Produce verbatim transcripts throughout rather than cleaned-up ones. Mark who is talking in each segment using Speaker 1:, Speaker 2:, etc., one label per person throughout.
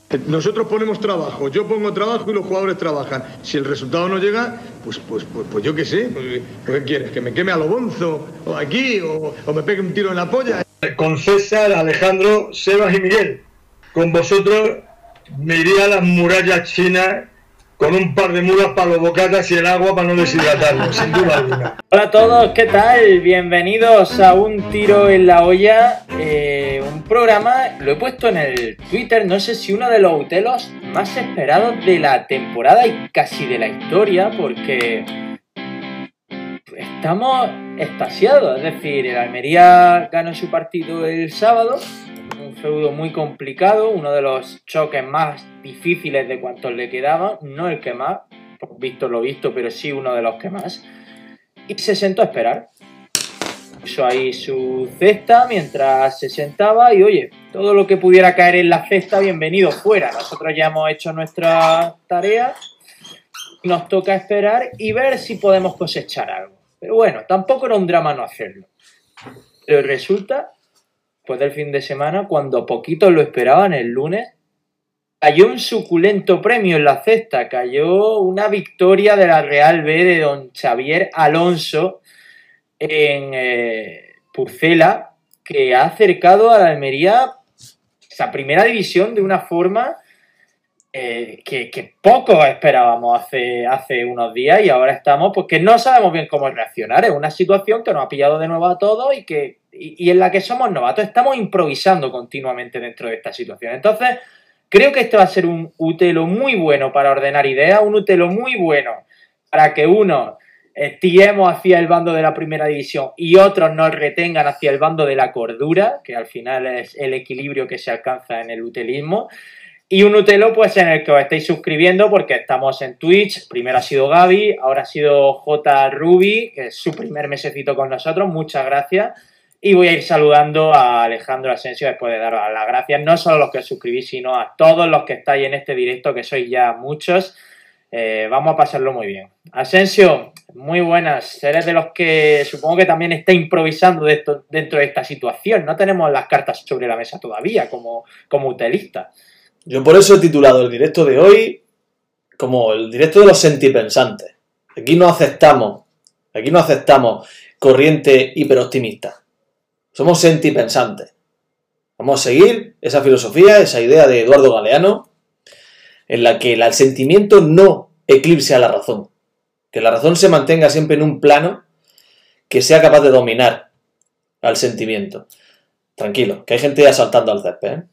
Speaker 1: Nosotros ponemos trabajo, yo pongo trabajo y los jugadores trabajan. Si el resultado no llega, pues pues pues, pues yo qué sé. Pues, ¿qué quieres? ¿Que me queme a lo bonzo? ¿O aquí? O, ¿O me pegue un tiro en la polla?
Speaker 2: Con César, Alejandro, Sebas y Miguel. Con vosotros me iría a las murallas chinas con un par de mulas para los bocatas y el agua para no deshidratarlos, sin duda alguna.
Speaker 3: Hola a todos, ¿qué tal? Bienvenidos a Un Tiro en la Olla, eh, un programa, lo he puesto en el Twitter, no sé si uno de los utelos más esperados de la temporada y casi de la historia, porque estamos extasiados, es decir, el Almería ganó su partido el sábado, un feudo muy complicado, uno de los choques más difíciles de cuantos le quedaban, no el que más, visto lo visto, pero sí uno de los que más, y se sentó a esperar. Puso ahí su cesta mientras se sentaba y oye, todo lo que pudiera caer en la cesta, bienvenido fuera. Nosotros ya hemos hecho nuestra tarea, nos toca esperar y ver si podemos cosechar algo. Pero bueno, tampoco era un drama no hacerlo. Pero resulta, después del fin de semana, cuando poquitos lo esperaban el lunes, cayó un suculento premio en la cesta, cayó una victoria de la Real B de don Xavier Alonso en eh, Pucela, que ha acercado a la Almería a primera división de una forma eh, que, que poco esperábamos hace, hace unos días y ahora estamos, pues que no sabemos bien cómo reaccionar. Es una situación que nos ha pillado de nuevo a todos y, que, y, y en la que somos novatos, estamos improvisando continuamente dentro de esta situación. Entonces, creo que este va a ser un utelo muy bueno para ordenar ideas, un utelo muy bueno para que uno tiremos hacia el bando de la primera división y otros nos retengan hacia el bando de la cordura, que al final es el equilibrio que se alcanza en el utelismo. Y un utelo pues en el que os estáis suscribiendo porque estamos en Twitch. Primero ha sido Gaby, ahora ha sido J. Ruby, que es su primer mesecito con nosotros. Muchas gracias. Y voy a ir saludando a Alejandro Asensio después de daros las gracias, no solo a los que os suscribís, sino a todos los que estáis en este directo, que sois ya muchos. Eh, vamos a pasarlo muy bien. Asensio, muy buenas. Eres de los que supongo que también está improvisando de esto, dentro de esta situación. No tenemos las cartas sobre la mesa todavía como, como utelista.
Speaker 4: Yo por eso he titulado el directo de hoy como el directo de los sentipensantes. Aquí no aceptamos, aquí no aceptamos corriente hiperoptimista. Somos sentipensantes. Vamos a seguir esa filosofía, esa idea de Eduardo Galeano, en la que el sentimiento no eclipse a la razón. Que la razón se mantenga siempre en un plano que sea capaz de dominar al sentimiento. Tranquilo, que hay gente asaltando al césped, ¿eh?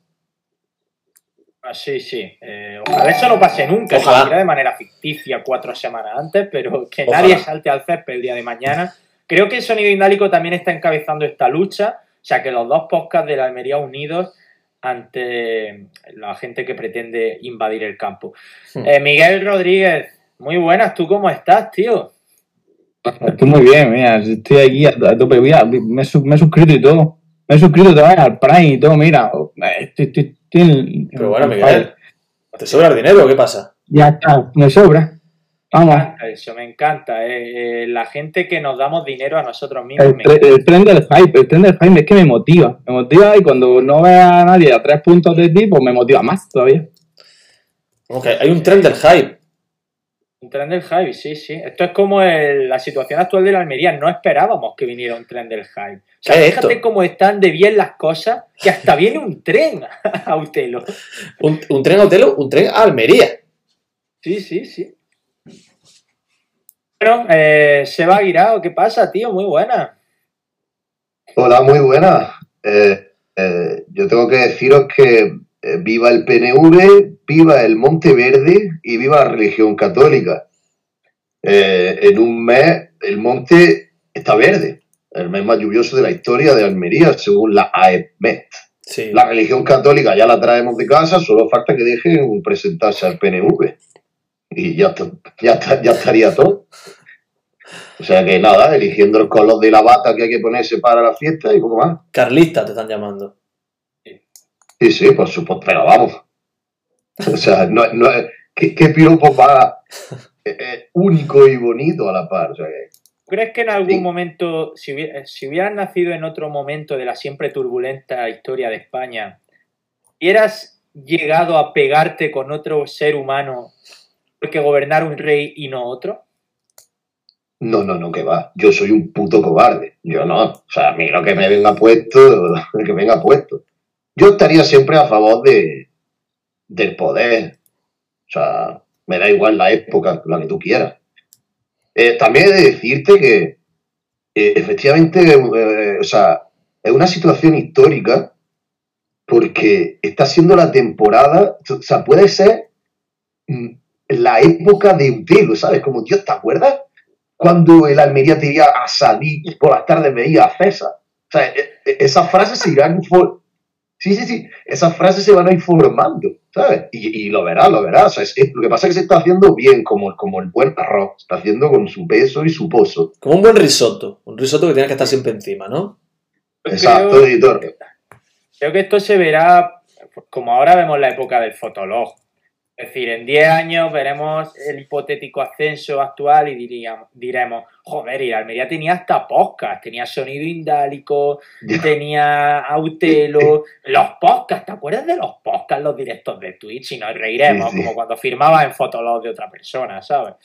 Speaker 3: Ah, sí, sí. Eh, ojalá eso no pase nunca, ni siquiera de manera ficticia cuatro semanas antes, pero que ojalá nadie salte al césped el día de mañana. Creo que el Sonido Indálico también está encabezando esta lucha, o sea que los dos podcasts de la Almería unidos ante la gente que pretende invadir el campo. Sí. Eh, Miguel Rodríguez, muy buenas, ¿tú cómo estás, tío?
Speaker 5: Estoy muy bien, mira, estoy aquí a, a tope, mira, me, me he suscrito y todo, me he suscrito también al Prime y todo, mira, estoy, estoy, estoy en,
Speaker 4: pero bueno, Miguel, ¿te sobra el dinero o qué pasa?
Speaker 5: Ya está, me sobra. Vamos.
Speaker 3: Me encanta eso, me encanta. Eh, eh, la gente que nos damos dinero a nosotros mismos.
Speaker 5: El, tre el tren del hype, el tren del hype es que me motiva. Me motiva y cuando no vea a nadie a tres puntos de ti, pues me motiva más todavía.
Speaker 4: Ok, hay un tren del hype.
Speaker 3: Un tren del hype, sí, sí. Esto es como el, la situación actual de la Almería. No esperábamos que viniera un tren del hype. O sea, fíjate cómo están de bien las cosas, que hasta viene un tren a Utelo.
Speaker 4: ¿Un, un tren a Utelo? ¿Un tren a Almería?
Speaker 3: Sí, sí, sí. Bueno, eh, Seba Guirao, ¿qué pasa, tío? Muy buena.
Speaker 6: Hola, muy buena. Eh, eh, yo tengo que deciros que eh, viva el P N V, viva el Monteverde y viva la religión católica. Eh, en un mes el monte está verde, el mes más lluvioso de la historia de Almería, según la A E M E T. Sí. La religión católica ya la traemos de casa, solo falta que dejen presentarse al P N V. Y ya, ya, ya estaría todo. O sea que nada, eligiendo el color de la bata que hay que ponerse para la fiesta y poco más.
Speaker 4: Carlista te están llamando.
Speaker 6: Sí, sí, por supuesto, pero vamos. O sea, no, no, ¿qué, qué piropo más eh, eh, único y bonito a la par? O sea que,
Speaker 3: ¿crees que en algún sí. momento, si, hubiera, si hubieras nacido en otro momento de la siempre turbulenta historia de España, hubieras llegado a pegarte con otro ser humano porque gobernar un rey y no otro?
Speaker 6: No, no, no, que va. Yo soy un puto cobarde. Yo no. O sea, a mí lo que me venga puesto, lo que venga puesto. Yo estaría siempre a favor de, del poder. O sea, me da igual la época, la que tú quieras. Eh, también he de decirte que eh, efectivamente, eh, o sea, es una situación histórica porque está siendo la temporada, o sea, puede ser mm, la época de Utelo, ¿sabes? Como, Dios, ¿te acuerdas? Cuando el Almería te iba a salir y por las tardes veía a César. O sea, e, e, esas frases se irán... Sí, sí, sí. Esas frases se van a ir formando, ¿sabes? Y, y lo verás, lo verás. O sea, es, es, lo que pasa es que se está haciendo bien, como, como el buen arroz. Se está haciendo con su peso y su pozo.
Speaker 4: Como un buen risotto. Un risotto que tienes que estar siempre encima, ¿no?
Speaker 6: Exacto,
Speaker 3: creo,
Speaker 6: editor.
Speaker 3: Creo que esto se verá, como ahora vemos la época del fotolog. Es decir, en diez años veremos el hipotético ascenso actual y diríamos, diremos, joder, y la Almería tenía hasta podcast, tenía Sonido Indálico, tenía Autelo, los podcasts, ¿te acuerdas de los podcasts, los directos de Twitch? Y nos reiremos, sí, sí. Como cuando firmabas en Fotolog de otra persona, ¿sabes?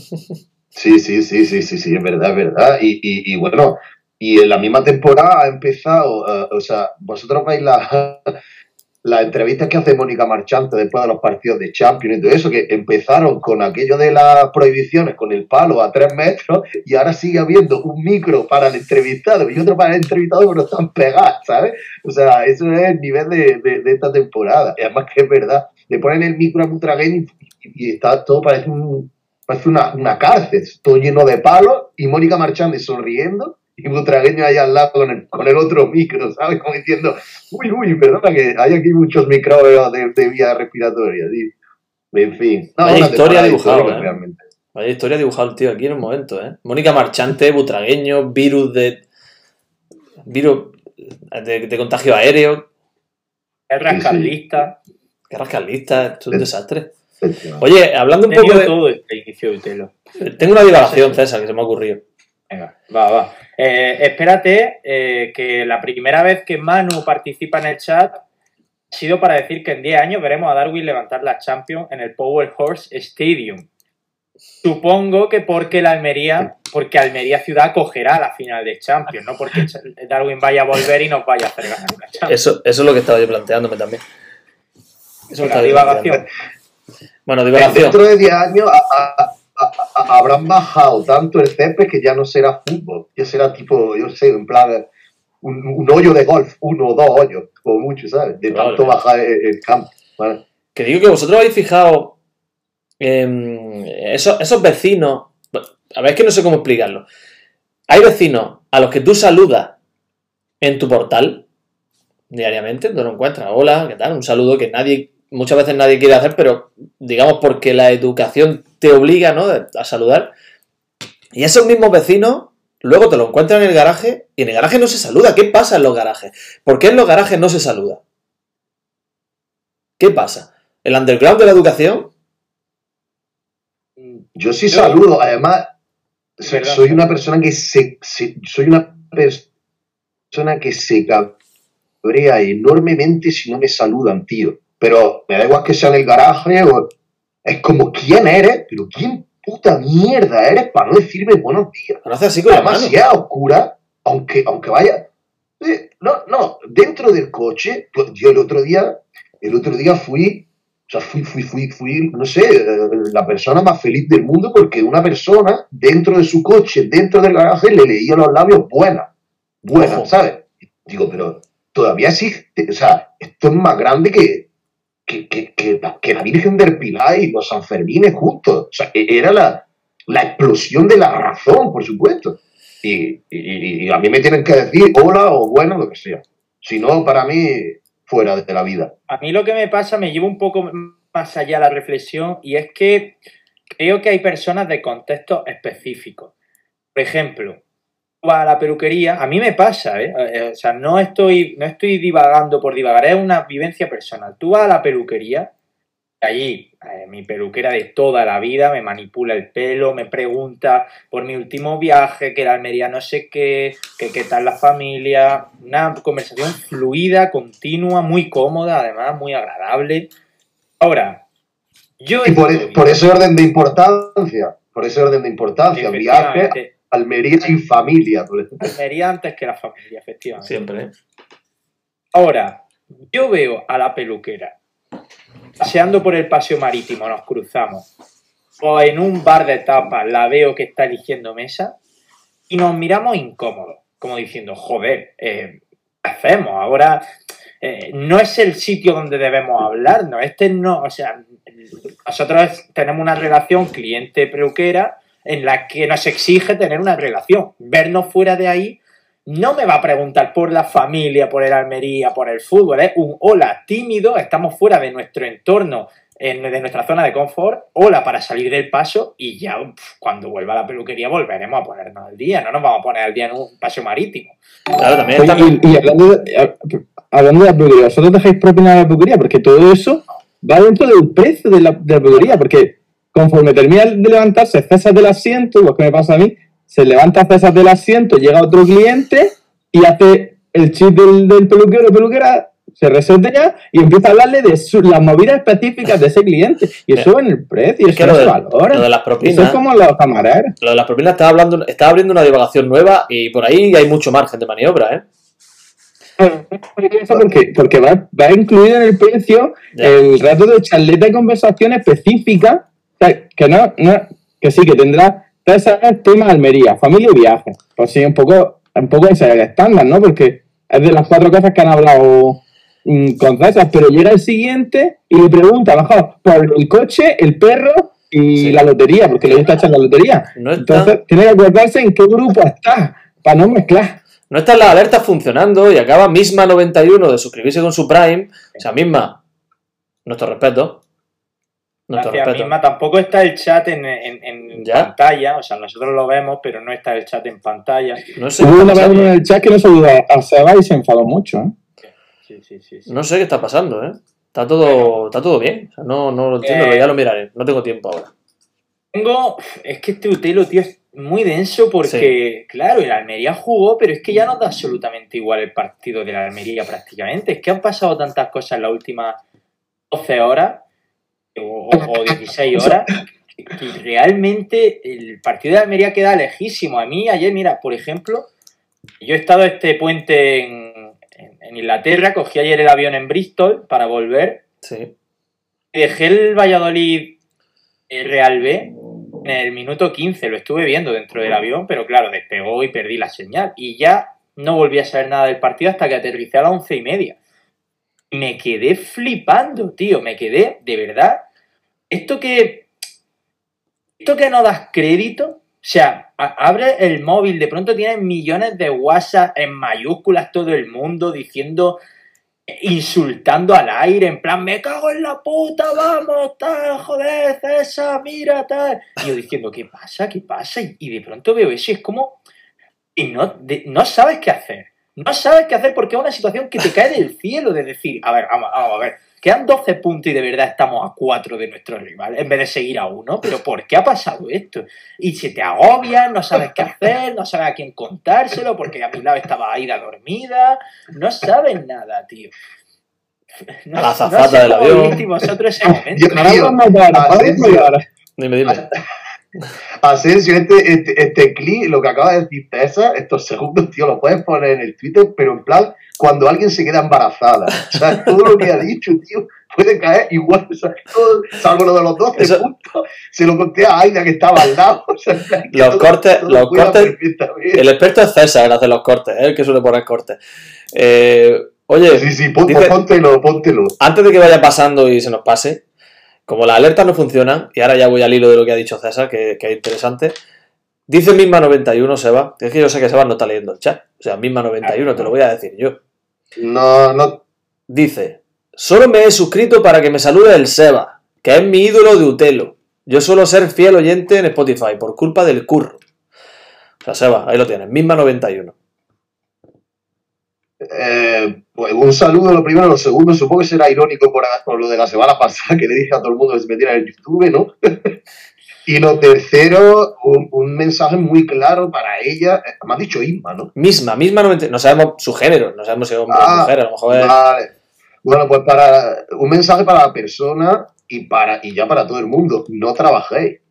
Speaker 6: Sí, sí, sí, sí, sí, sí, es verdad, es verdad. Y, y, y bueno, y en la misma temporada ha empezado, uh, o sea, vosotros veis la... las entrevistas que hace Mónica Marchante después de los partidos de Champions y todo eso, que empezaron con aquello de las prohibiciones, con el palo a tres metros, y ahora sigue habiendo un micro para el entrevistado y otro para el entrevistado, pero están pegadas, ¿sabes? O sea, eso es el nivel de, de, de esta temporada. Y además que es verdad, le ponen el micro a Butragueño y, y está todo, parece, un, parece una, una cárcel, todo lleno de palos, y Mónica Marchante sonriendo, y Butragueño ahí al lado con el, con el otro micro, ¿sabes? Como diciendo, uy, uy, perdona, que hay aquí muchos micrófonos de, de vía respiratoria, ¿sí? En fin.
Speaker 4: No, Vaya historia dibujada, ¿eh? Realmente. Vaya historia dibujada el tío aquí en un momento, ¿eh? Mónica Marchante, Butragueño, virus de... virus de, de contagio aéreo.
Speaker 3: Guerras carlistas.
Speaker 4: Guerras carlistas, esto es un desastre. Oye, hablando un poco de...
Speaker 3: todo este inicio de Telo.
Speaker 4: Tengo una divagación, César, que se me ha ocurrido.
Speaker 3: Venga, va, va. Eh, espérate, eh, que la primera vez que Manu participa en el chat ha sido para decir que en diez años veremos a Darwin levantar la Champions en el Power Horse Stadium. Supongo que porque la Almería, porque Almería Ciudad acogerá la final de Champions, no porque Darwin vaya a volver y nos vaya a hacer ganar la Champions.
Speaker 4: Eso, eso es lo que estaba yo planteándome también.
Speaker 3: Eso es la divagación.
Speaker 4: Bueno, divagación.
Speaker 6: Dentro de diez años... A, a... habrán bajado tanto el césped que ya no será fútbol, ya será tipo, yo sé, en plan un, un hoyo de golf, uno o dos hoyos, como mucho, ¿sabes? De tanto vale. bajar el, el campo. ¿Vale?
Speaker 4: Que digo que vosotros habéis fijado en esos, esos vecinos, a ver, es que no sé cómo explicarlo. Hay vecinos a los que tú saludas en tu portal diariamente, tú lo encuentras, hola, ¿qué tal? Un saludo que nadie... muchas veces nadie quiere hacer, pero digamos porque la educación te obliga, ¿no?, a saludar. Y esos mismos vecinos luego te lo encuentran en el garaje y en el garaje no se saluda. ¿Qué pasa en los garajes? ¿Por qué en los garajes no se saluda? ¿Qué pasa? ¿El underground de la educación?
Speaker 6: Yo sí Yo, saludo. Además, soy, soy una persona que se, se soy una persona que se cabrea enormemente si no me saludan, tío. Pero me da igual que sea en el garaje o... Es como, ¿quién eres? Pero ¿quién puta mierda eres para no decirme buenos días?
Speaker 4: No hace así con
Speaker 6: Además, si es oscura, aunque, aunque vaya... Eh, no, no, dentro del coche, pues, yo el otro día, el otro día fui, o sea, fui, fui, fui, fui, no sé, eh, la persona más feliz del mundo porque una persona dentro de su coche, dentro del garaje, le leía los labios buena, buena, ¿sabes? Digo, pero todavía existe, o sea, esto es más grande que... Que, que, que, que la Virgen del Pilar y los Sanfermines juntos. O sea, era la, la explosión de la razón, por supuesto. Y, y, y a mí me tienen que decir hola o bueno, lo que sea. Si no, para mí, fuera de la vida.
Speaker 3: A mí lo que me pasa me lleva un poco más allá la reflexión y es que creo que hay personas de contextos específicos. Por ejemplo, a la peluquería, a mí me pasa, ¿eh? O sea, no estoy, no estoy divagando por divagar, es una vivencia personal. Tú vas a la peluquería Allí, eh, mi peluquera de toda la vida me manipula el pelo, me pregunta por mi último viaje, que era Almería no sé qué, que qué tal la familia. Una conversación fluida, continua, muy cómoda, además, muy agradable. Ahora, yo
Speaker 6: Y por,
Speaker 3: estoy...
Speaker 6: por ese orden de importancia, por ese orden de importancia, viaje, Almería y familia.
Speaker 3: Almería antes que la familia, efectivamente.
Speaker 4: Siempre, ¿eh?
Speaker 3: Ahora, yo veo a la peluquera paseando por el paseo marítimo, nos cruzamos, o en un bar de tapas la veo que está eligiendo mesa y nos miramos incómodos, como diciendo, joder, eh, ¿qué hacemos? Ahora eh, no es el sitio donde debemos hablar, no, este no, o sea, nosotros tenemos una relación cliente-peluquera en la que nos exige tener una relación, vernos fuera de ahí. No me va a preguntar por la familia, por el Almería, por el fútbol. Es un hola tímido, estamos fuera de nuestro entorno, de nuestra zona de confort. Hola para salir del paso y ya cuando vuelva a la peluquería volveremos a ponernos al día. No nos vamos a poner al día en un paseo marítimo.
Speaker 4: Claro, también está...
Speaker 5: Y, y hablando, de, hablando de la peluquería, ¿vosotros dejáis propina a la peluquería? Porque todo eso va dentro del precio de la, de la peluquería. Porque conforme termina de levantarse, cesas del asiento, lo que me pasa a mí, se levanta César del asiento, llega otro cliente y hace el chip del, del peluquero o peluquera, se resetea y empieza a hablarle de su, las movidas específicas de ese cliente. Y eso en el precio,
Speaker 4: es
Speaker 5: eso
Speaker 4: que
Speaker 5: no
Speaker 4: lo
Speaker 5: se
Speaker 4: de,
Speaker 5: valora.
Speaker 4: Lo de las propinas.
Speaker 5: Eso es como los camareros.
Speaker 4: Lo de las propinas está, hablando, está abriendo una divagación nueva y por ahí hay mucho margen de maniobra, ¿eh?
Speaker 5: Eso porque, porque va, va incluido en el precio ya. El rato de charleta y conversación específica, o sea, que no, no, que sí, que tendrá César el tema Almería, familia y viaje. Pues sí, un poco, un poco ese es el estándar, ¿no? Porque es de las cuatro cosas que han hablado mmm, con César, pero llega el siguiente y le pregunta, mejor, por el coche, el perro y sí. la lotería, porque le gusta echar la lotería. No está... Entonces, tiene que acordarse en qué grupo está, para no mezclar.
Speaker 4: No están las alertas funcionando y acaba Misma noventa y uno de suscribirse con su Prime. O sea, Misma, nuestro respeto.
Speaker 3: Nuestro Gracias, respeto. Misma, tampoco está el chat en, en, en pantalla, o sea, nosotros lo vemos, pero no está el chat en pantalla.
Speaker 5: No sé Hubo una vez en el chat que no saludó a Seba y se enfadó mucho, ¿eh?
Speaker 3: Sí, sí, sí, sí.
Speaker 4: No sé qué está pasando, ¿eh? Está todo, bueno, está todo bien. O sea, no, no lo entiendo, eh, pero ya lo miraré. No tengo tiempo ahora.
Speaker 3: Tengo... Es que este Utelo, tío, es muy denso porque, sí. claro, el Almería jugó, pero es que ya no da absolutamente igual el partido de la Almería prácticamente. Es que han pasado tantas cosas en las últimas doce horas o, o dieciséis horas que, que realmente el partido de Almería queda lejísimo. A mí ayer, mira, por ejemplo, yo he estado este puente en, en, en Inglaterra, cogí ayer el avión en Bristol para volver.
Speaker 4: Sí.
Speaker 3: Dejé el Valladolid Real B en el minuto quince, lo estuve viendo dentro del avión, pero claro, despegó y perdí la señal. Y ya no volví a saber nada del partido hasta que aterricé a las once y media. Me quedé flipando, tío, me quedé, de verdad. Esto que... Esto que no das crédito, o sea, abre el móvil, de pronto tienes millones de WhatsApp en mayúsculas todo el mundo diciendo... insultando al aire, en plan, me cago en la puta, vamos, tal, joder, César, mira, tal. Y yo diciendo, ¿qué pasa? ¿Qué pasa? Y, y de pronto veo eso y es como... Y no, de, no sabes qué hacer. No sabes qué hacer porque es una situación que te cae del cielo de decir, a ver, vamos, vamos a ver, quedan doce puntos y de verdad estamos a cuatro de nuestro rival en vez de seguir a uno, pero ¿por qué ha pasado esto? Y se te agobian, no sabes qué hacer, no sabes a quién contárselo porque a mi lado estaba Aida dormida, no sabes nada, tío.
Speaker 4: No, a la azafata no del avión.
Speaker 3: Vosotros ese momento.
Speaker 4: Dime, dime.
Speaker 6: Asensio, este, este, este clip, lo que acaba de decir César, estos segundos, tío, lo puedes poner en el Twitter, pero en plan, cuando alguien se queda embarazada. O sea, todo lo que ha dicho, tío, puede caer igual, o sea, todo, salvo lo de los doce Eso... puntos, se lo conté a Aida que estaba al lado. O sea,
Speaker 4: los todo, cortes, todo los cortes, el experto es César en hacer los cortes, es el que suele poner cortes. Eh, oye,
Speaker 6: sí, sí, ponte, dice, póntelo, póntelo.
Speaker 4: Antes de que vaya pasando y se nos pase, como las alertas no funcionan, y ahora ya voy al hilo de lo que ha dicho César, que, que es interesante, dice Misma noventa y uno, Seba, es que yo sé que Seba no está leyendo el chat, o sea, Misma noventa y uno, te lo voy a decir yo.
Speaker 6: No, no.
Speaker 4: Dice, solo me he suscrito para que me salude el Seba, que es mi ídolo de Utelo. Yo suelo ser fiel oyente en Spotify, por culpa del curro. O sea, Seba, ahí lo tienes, Misma noventa y uno.
Speaker 6: Eh, Pues un saludo, lo primero. Lo segundo, supongo que será irónico por, por lo de la semana pasada, que le dije a todo el mundo que se metiera en el YouTube, ¿no? Y lo tercero, un, un mensaje muy claro para ella. Me has dicho Isma, ¿no?
Speaker 4: Misma, misma, no, no sabemos su género, no sabemos si es hombre o
Speaker 6: Ah,
Speaker 4: mujer, a lo mejor es...
Speaker 6: vale. Bueno, pues para un mensaje para la persona y para y ya para todo el mundo. No trabajéis.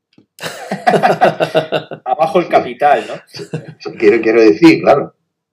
Speaker 3: Abajo el capital, ¿no?
Speaker 6: Quiero, quiero decir, claro.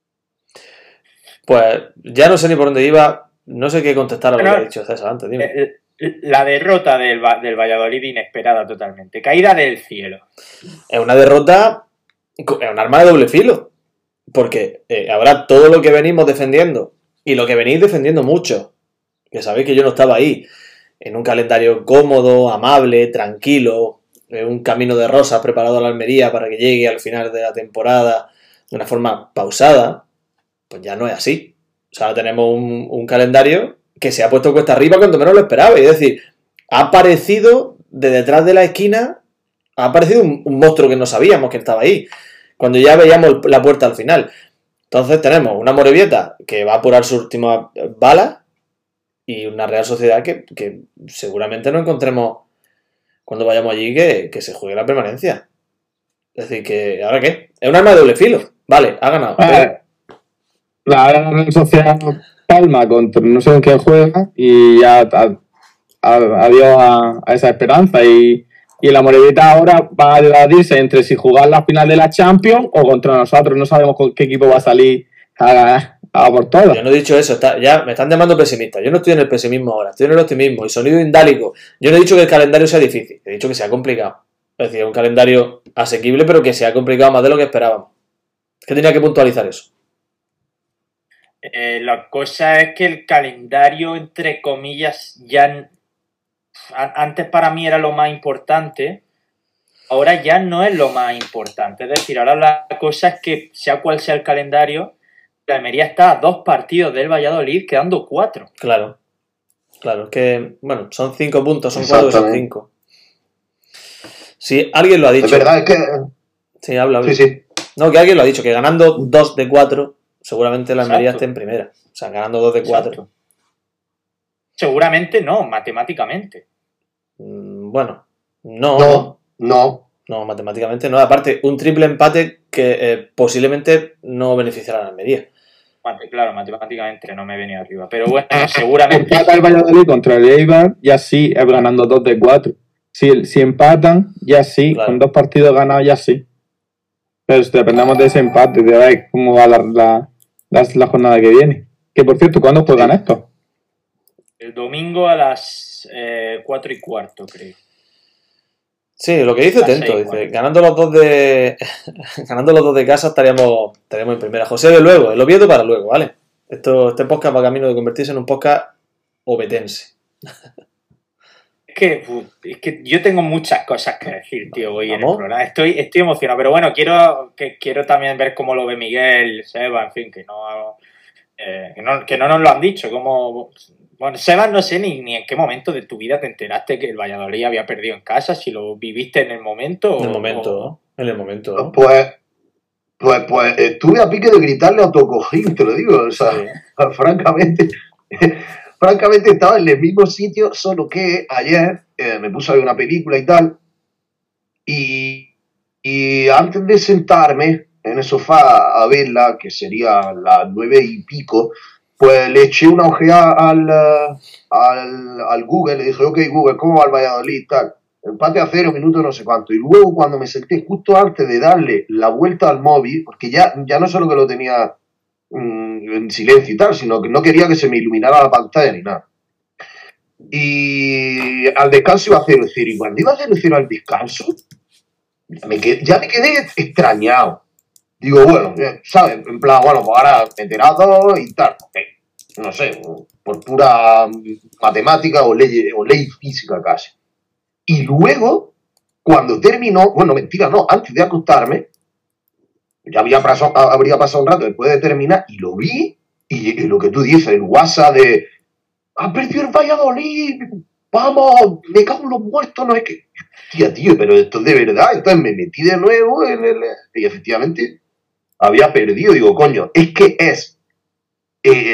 Speaker 4: Pues ya no sé ni por dónde iba, no sé qué contestar a lo
Speaker 3: Pero,
Speaker 4: que ha dicho César antes, dime.
Speaker 3: Eh, La derrota del, del Valladolid inesperada totalmente. Caída del cielo.
Speaker 4: Es una derrota, es un arma de doble filo. Porque eh, habrá todo lo que venimos defendiendo y lo que venís defendiendo mucho. Que sabéis que yo no estaba ahí. En un calendario cómodo, amable, tranquilo. En un camino de rosas preparado a la Almería para que llegue al final de la temporada de una forma pausada. Pues ya no es así. O sea, tenemos un, un calendario que se ha puesto cuesta arriba cuando menos lo esperaba. Es decir, ha aparecido de detrás de la esquina, ha aparecido un, un monstruo que no sabíamos que estaba ahí, cuando ya veíamos la puerta al final. Entonces tenemos una Morevieta que va a apurar sus últimas balas y una Real Sociedad que, que seguramente no encontremos cuando vayamos allí que, que se juegue la permanencia. Es decir, que ¿ahora qué? Es un arma de doble filo. Vale, ha ganado.
Speaker 5: Eh, la Real Sociedad palma contra no sé con quién juega y ya a, a, adiós a, a esa esperanza y, y la Morevieta ahora va a debatirse entre si jugar la final de la Champions o contra nosotros. No sabemos con qué equipo va a salir a, a por todo.
Speaker 4: Yo no he dicho eso, está, ya me están llamando pesimista. Yo no estoy en el pesimismo ahora, estoy en el optimismo y sonido indálico. Yo no he dicho que el calendario sea difícil, he dicho que sea complicado. Es decir, un calendario asequible pero que se ha complicado más de lo que esperábamos. Es que tenía que puntualizar eso.
Speaker 3: Eh, la cosa es que el calendario, entre comillas, ya antes para mí era lo más importante, ahora ya no es lo más importante. Es decir, ahora la cosa es que, sea cual sea el calendario, la Almería está a dos partidos del Valladolid, quedando cuatro.
Speaker 4: Claro, claro, es que, bueno, son cinco puntos, son cuatro, son cinco. Si alguien lo ha dicho.
Speaker 6: Es verdad, es que.
Speaker 4: Sí, habla, habla.
Speaker 6: Sí, sí.
Speaker 4: No, que alguien lo ha dicho, que ganando dos de cuatro, seguramente la Almería esté en primera. O sea, ganando dos de cuatro. Exacto.
Speaker 3: Seguramente no, matemáticamente.
Speaker 4: Mm, bueno, no,
Speaker 6: no. No.
Speaker 4: No, matemáticamente no. Aparte, un triple empate que eh, posiblemente no beneficiará a la Almería.
Speaker 3: Bueno, claro, matemáticamente no me he venido arriba. Pero bueno, seguramente.
Speaker 5: Empata el Valladolid contra el Eibar y así es ganando dos de cuatro. Si, si empatan, ya sí, claro. Con dos partidos ganados, ya sí. Pero dependemos de ese empate, de ver cómo va la, la, la, la jornada que viene. Que por cierto, ¿cuándo juegan esto?
Speaker 3: El domingo a las eh, cuatro y cuarto, creo.
Speaker 4: Sí, lo que dice Tento, dice, ganando los dos de ganando los dos de casa estaríamos, estaríamos en primera. José de luego, el Oviedo para luego, ¿vale? Esto, este podcast va camino de convertirse en un podcast obetense.
Speaker 3: Es que, es que yo tengo muchas cosas que decir, tío, hoy ¿Vamos? en el programa. Estoy, estoy emocionado, pero bueno, quiero, que, quiero también ver cómo lo ve Miguel, Seba, en fin, que no, eh, que no, que no nos lo han dicho. Cómo, bueno, Seba, no sé ni, ni en qué momento de tu vida te enteraste que el Valladolid había perdido en casa, si lo viviste en el momento.
Speaker 4: En el
Speaker 3: o,
Speaker 4: momento,
Speaker 3: o...
Speaker 4: en el momento.
Speaker 6: Pues, pues, pues estuve a pique de gritarle a Tocojín, te lo digo, o sea, sí. francamente... Francamente estaba en el mismo sitio, solo que ayer eh, me puse a ver una película y tal, y, y antes de sentarme en el sofá a verla, que sería las nueve y pico, pues le eché una ojeada al, al, al Google, le dije, ok Google, ¿cómo va el Valladolid y tal? Empate a cero, minuto no sé cuánto, y luego cuando me senté justo antes de darle la vuelta al móvil, porque ya, ya no solo que lo tenía en silencio y tal, sino que no quería que se me iluminara la pantalla ni nada. Y al descanso iba a cero cero, y cuando iba a cero cero al descanso, me quedé, ya me quedé extrañado. Digo, bueno, ¿sabes? En plan, bueno, pues ahora meterá dos y tal, okay. No sé, por pura matemática o ley, o ley física casi. Y luego, cuando terminó, bueno, mentira, no, antes de acostarme, ya había pasado, habría pasado un rato después de terminar y lo vi, y, y lo que tú dices, el WhatsApp de ¡ha perdido el Valladolid! ¡Vamos! ¡Me cago en los muertos! No es que... Tía, tío, pero esto es de verdad. Entonces me metí de nuevo en el... y efectivamente había perdido. Digo, coño, es que es... Eh,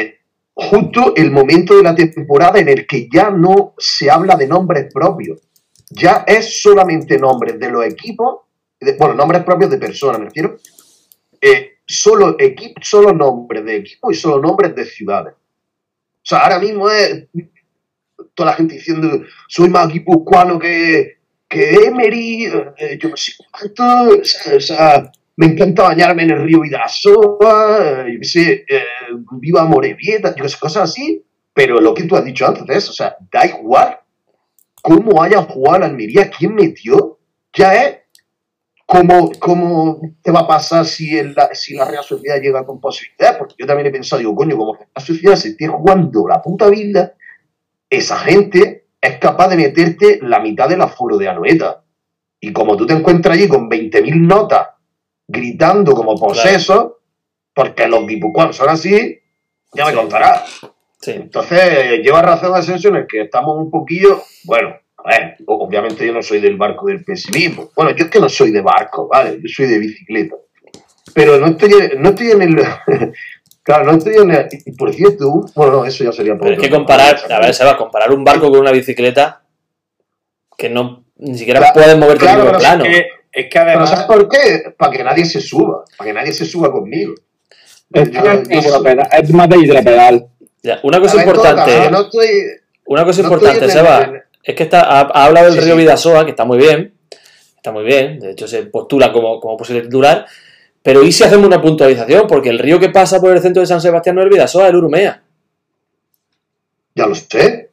Speaker 6: justo el momento de la temporada en el que ya no se habla de nombres propios. Ya es solamente nombres de los equipos, de, bueno, nombres propios de personas, me refiero. Eh, solo, equip, solo nombres de equipos y solo nombres de ciudades. O sea, ahora mismo es toda la gente diciendo soy más guipuzcoano que, que Emery, eh, yo no sé cuánto, o sea, o sea, me encanta bañarme en el río Vidasoa, yo qué sé, eh, viva Morevieta, yo qué sé, cosas así, pero lo que tú has dicho antes, o sea, da igual cómo haya jugado la Almería, quién metió, ya es como, como te va a pasar si, el, si la Real Sociedad llega con posibilidades, porque yo también he pensado, digo, coño, como la Sociedad se esté jugando la puta vida, esa gente es capaz de meterte la mitad del aforo de Anoeta. Y como tú te encuentras allí con veinte mil notas gritando como posesos, claro, porque los guipuzcoanos son así, ya me sí. contarás. Sí. Entonces, lleva razón Asensio en el que estamos un poquillo, bueno, a ver, obviamente yo no soy del barco del pesimismo. Bueno, yo es que no soy de barco, ¿vale? Yo soy de bicicleta. Pero no estoy, no estoy en el... Claro, no estoy en el... Y por cierto, bueno, no, eso ya sería...
Speaker 4: Pero es que comparar, a ver, se va a comparar un barco con una bicicleta que no ni siquiera claro, puedes moverte claro, en el mismo plano.
Speaker 6: Es que, es que además... Pero ¿sabes por qué? Para que nadie se suba, para que nadie se suba conmigo.
Speaker 5: Es, yo, yo, yo, es más de hidropedal.
Speaker 4: Ya, una cosa ver, importante... Toca, no estoy, una cosa no importante, Seba, el... es que está, ha, ha hablado del sí, río sí. Vidasoa, que está muy bien, está muy bien, de hecho se postula como, como posible titular, pero ¿y si hacemos una puntualización? Porque el río que pasa por el centro de San Sebastián no es el Vidasoa, es el Urumea.
Speaker 6: Ya lo sé.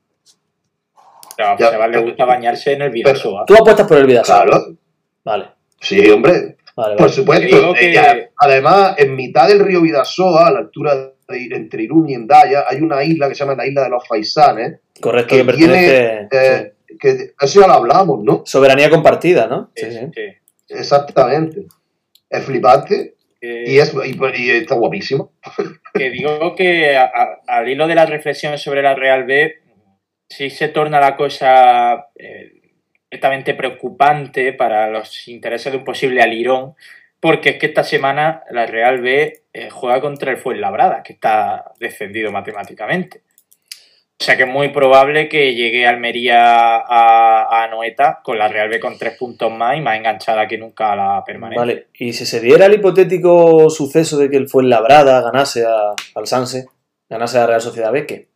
Speaker 3: A Seba le gusta bañarse en el Vidasoa.
Speaker 4: Tú apuestas por el Vidasoa.
Speaker 6: Claro.
Speaker 4: Vale.
Speaker 6: Sí, hombre. Vale, por vale. supuesto. Que... Eh, además, en mitad del río Vidasoa, a la altura de, entre Irún y Endaya, hay una isla que se llama la isla de los Faisanes.
Speaker 4: Correcto, que, que pertenece...
Speaker 6: Tiene, eh, sí. que, eso ya lo hablamos, ¿no?
Speaker 4: Soberanía compartida, ¿no?
Speaker 6: Sí, sí. sí. Exactamente. Es flipante. Eh, y, es, y, y está guapísimo.
Speaker 3: Que digo que a, a, al hilo de la reflexión sobre la Real B, sí se torna la cosa eh, netamente preocupante para los intereses de un posible alirón, porque es que esta semana la Real B eh, juega contra el Fuenlabrada, que está descendido matemáticamente. O sea que es muy probable que llegue Almería a, a Anoeta con la Real B con tres puntos más y más enganchada que nunca a la permanencia.
Speaker 4: Vale, y si se diera el hipotético suceso de que el Fuenlabrada ganase a, al Sanse, ganase a la Real Sociedad B, ¿qué?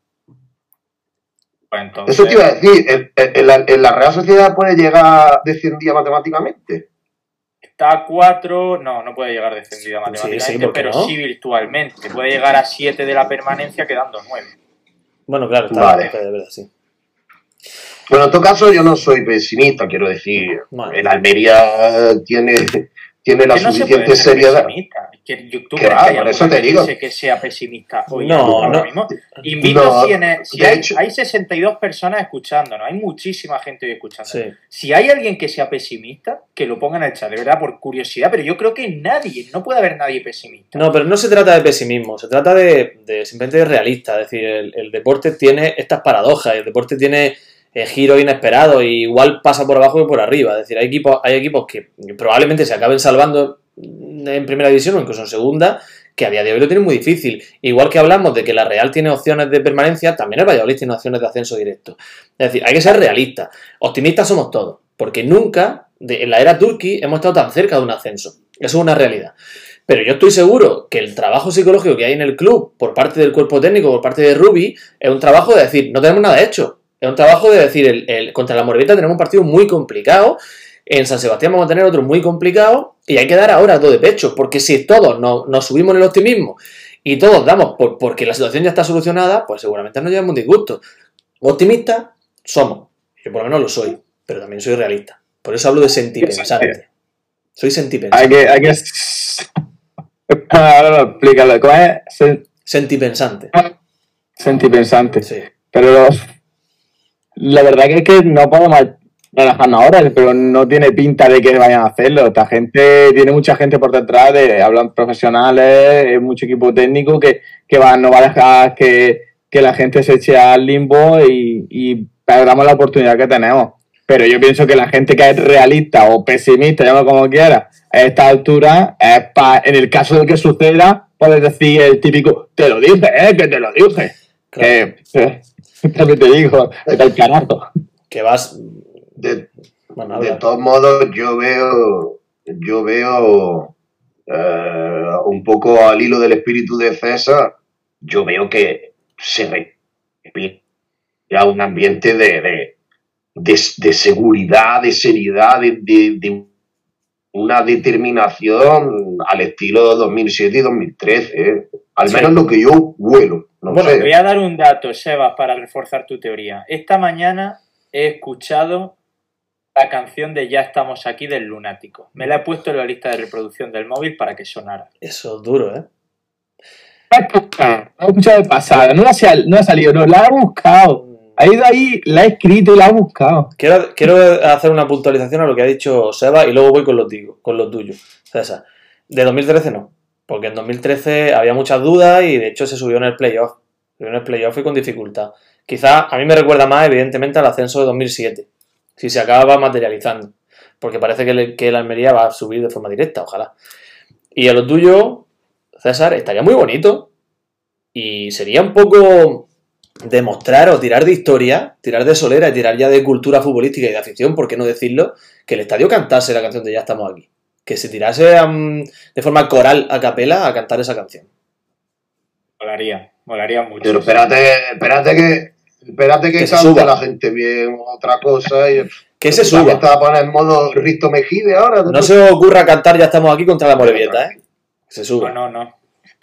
Speaker 3: Pues entonces...
Speaker 6: Eso te iba a decir, ¿en, en, la, ¿en la Real Sociedad puede llegar descendida matemáticamente?
Speaker 3: Está a cuatro, no, no puede llegar descendida matemáticamente, sí, sí, pero no? sí virtualmente. Puede llegar a siete de la permanencia quedando nueve.
Speaker 4: Bueno, claro, está
Speaker 6: vale.
Speaker 4: de verdad, sí.
Speaker 6: Bueno, en todo caso, yo no soy pesimista, quiero decir. Vale. El Almería tiene, tiene la
Speaker 3: no
Speaker 6: suficiente seriedad.
Speaker 3: Que yo, ¿Tú crees que hay
Speaker 6: eso te digo.
Speaker 3: que sea pesimista hoy
Speaker 4: no,
Speaker 3: ahora
Speaker 4: no.
Speaker 3: mismo? Invito
Speaker 6: no,
Speaker 3: si, en, si hay, hay sesenta y dos personas escuchándonos, hay muchísima gente hoy escuchando.
Speaker 4: Sí.
Speaker 3: Si hay alguien que sea pesimista, que lo ponga en el chat, de verdad, por curiosidad, pero yo creo que nadie, no puede haber nadie pesimista.
Speaker 4: No, pero no se trata de pesimismo, se trata de, de simplemente de realista, es decir, el, el deporte tiene estas paradojas, el deporte tiene eh, giros inesperados y igual pasa por abajo que por arriba, es decir, hay equipos, hay equipos que probablemente se acaben salvando en primera división o incluso en segunda, que a día de hoy lo tienen muy difícil. Igual que hablamos de que la Real tiene opciones de permanencia, también el Valladolid tiene opciones de ascenso directo. Es decir, hay que ser realistas. Optimistas somos todos, porque nunca de, en la era Turki hemos estado tan cerca de un ascenso. Eso es una realidad. Pero yo estoy seguro que el trabajo psicológico que hay en el club por parte del cuerpo técnico, por parte de Rubi, es un trabajo de decir, no tenemos nada hecho. Es un trabajo de decir, el, el, contra la Morevieta tenemos un partido muy complicado. En San Sebastián vamos a tener otro muy complicado y hay que dar ahora todo de pecho, porque si todos nos, nos subimos en el optimismo y todos damos por, porque la situación ya está solucionada, pues seguramente nos llevamos un disgusto. Optimistas somos, yo por lo menos lo soy, pero también soy realista. Por eso hablo de sentipensante. Soy sentipensante.
Speaker 5: Hay que... Hay que... Ahora lo explícalo. ¿Cómo es? Sen...
Speaker 4: Sentipensante.
Speaker 5: Sentipensante.
Speaker 4: Sí.
Speaker 5: Pero la verdad que es que no podemos relajarnos ahora, pero no tiene pinta de que vayan a hacerlo. Esta gente, tiene mucha gente por detrás, de, hablan profesionales, mucho equipo técnico que, que va, no va a dejar que, que la gente se eche al limbo y, y perdamos la oportunidad que tenemos. Pero yo pienso que la gente que es realista o pesimista, llámalo como quiera, a esta altura, es pa, en el caso de que suceda, puedes decir el típico, te lo dije, eh, que te lo dije. Claro. Que, eh, también te digo, es el carajo.
Speaker 4: Que vas...
Speaker 6: De,
Speaker 4: bueno,
Speaker 6: de todos modos, yo veo, yo veo eh, un poco al hilo del espíritu de César, yo veo que se respira un ambiente de, de, de, de seguridad, de seriedad, de, de, de una determinación al estilo dos mil siete y dos mil trece, ¿eh? Al sí. menos lo que yo huelo. No
Speaker 3: bueno,
Speaker 6: sé.
Speaker 3: Te voy a dar un dato, Sebas, para reforzar tu teoría. Esta mañana he escuchado la canción de Ya estamos aquí del Lunático. Me la he puesto en la lista de reproducción del móvil para que sonara.
Speaker 4: Eso es duro, ¿eh?
Speaker 5: La he escuchado de pasada, no, no ha salido, no, la he buscado. Ha ido ahí, la ha escrito y la ha buscado.
Speaker 4: Quiero, quiero hacer una puntualización a lo que ha dicho Seba y luego voy con los, digo, con los tuyos. César, de dos mil trece no, porque en dos mil trece había muchas dudas y de hecho se subió en el playoff. Subió en el playoff y con dificultad. Quizá a mí me recuerda más, evidentemente, al ascenso de dos mil siete. Si se acaba materializando. Porque parece que el, que el Almería va a subir de forma directa, ojalá. Y a lo tuyo, César, estaría muy bonito. Y sería un poco demostrar o tirar de historia, tirar de solera y tirar ya de cultura futbolística y de afición, ¿por qué no decirlo? Que el estadio cantase la canción de Ya estamos aquí. Que se tirase um, de forma coral a capela a cantar esa canción.
Speaker 3: Molaría, molaría mucho.
Speaker 6: Pero espérate, espérate que... Espérate que, que cante la gente bien otra cosa y...
Speaker 4: Que se suba.
Speaker 6: Que te va a poner en modo Risto Mejide ahora.
Speaker 4: No se os ocurra cantar Ya estamos aquí contra la Morevieta, ¿eh? Que se suba.
Speaker 3: No, no, no.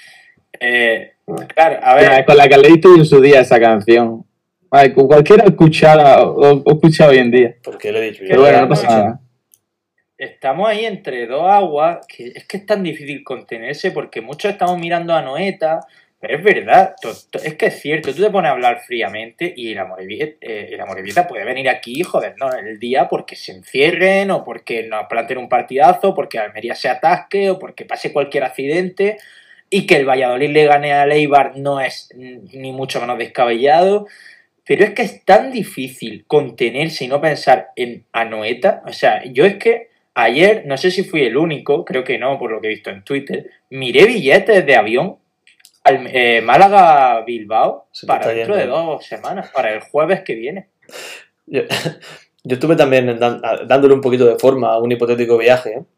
Speaker 3: Eh, claro, a ver...
Speaker 5: Mira, con la que leíste en su día esa canción. Ay, cualquiera escuchara o escucha hoy en día.
Speaker 4: ¿Por qué le he dicho?
Speaker 5: Pero bueno, no pasa nada.
Speaker 3: Estamos ahí entre dos aguas, que es que es tan difícil contenerse porque muchos estamos mirando a Noeta, pero es verdad, es que es cierto, tú te pones a hablar fríamente y la Morevieta, eh, la Morevieta puede venir aquí y jodernos el día porque se encierren o porque nos planteen un partidazo, porque Almería se atasque o porque pase cualquier accidente y que el Valladolid le gane a Eibar no es ni mucho menos descabellado. Pero es que es tan difícil contenerse y no pensar en Anoeta. O sea, yo es que ayer, no sé si fui el único, creo que no, por lo que he visto en Twitter, miré billetes de avión al eh, Málaga-Bilbao para dentro de dos semanas, para el jueves que viene.
Speaker 4: Yo, yo estuve también dan, dándole un poquito de forma a un hipotético viaje, ¿eh?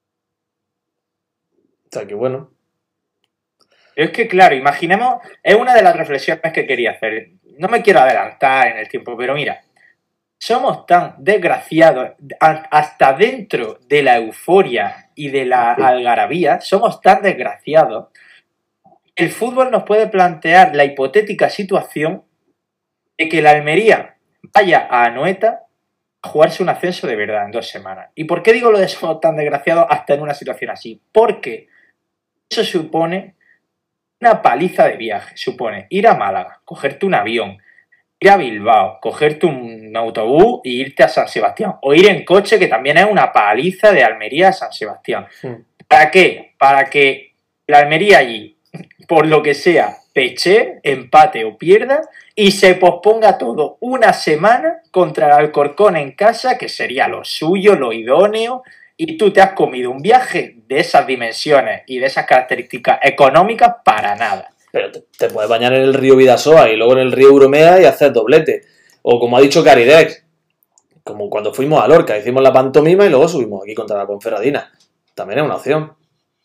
Speaker 4: O sea, que bueno.
Speaker 3: Es que, claro, imaginemos, es una de las reflexiones que quería hacer. No me quiero adelantar en el tiempo, pero mira, somos tan desgraciados, hasta dentro de la euforia y de la algarabía, somos tan desgraciados. El fútbol nos puede plantear la hipotética situación de que la Almería vaya a Anoeta a jugarse un ascenso de verdad en dos semanas. ¿Y por qué digo lo de somos tan desgraciados hasta en una situación así? Porque eso supone una paliza de viaje, supone ir a Málaga, cogerte un avión, ir a Bilbao, cogerte un autobús e irte a San Sebastián, o ir en coche, que también es una paliza de Almería a San Sebastián. Sí. ¿Para qué? Para que la Almería allí, por lo que sea, peche, empate o pierda, y se posponga todo una semana contra el Alcorcón en casa, que sería lo suyo, lo idóneo. Y tú te has comido un viaje de esas dimensiones y de esas características económicas para nada.
Speaker 4: Pero te, te puedes bañar en el río Vidasoa y luego en el río Urumea y hacer doblete. O como ha dicho Caridex, como cuando fuimos a Lorca, hicimos la pantomima y luego subimos aquí contra la Ponferradina. También es una opción.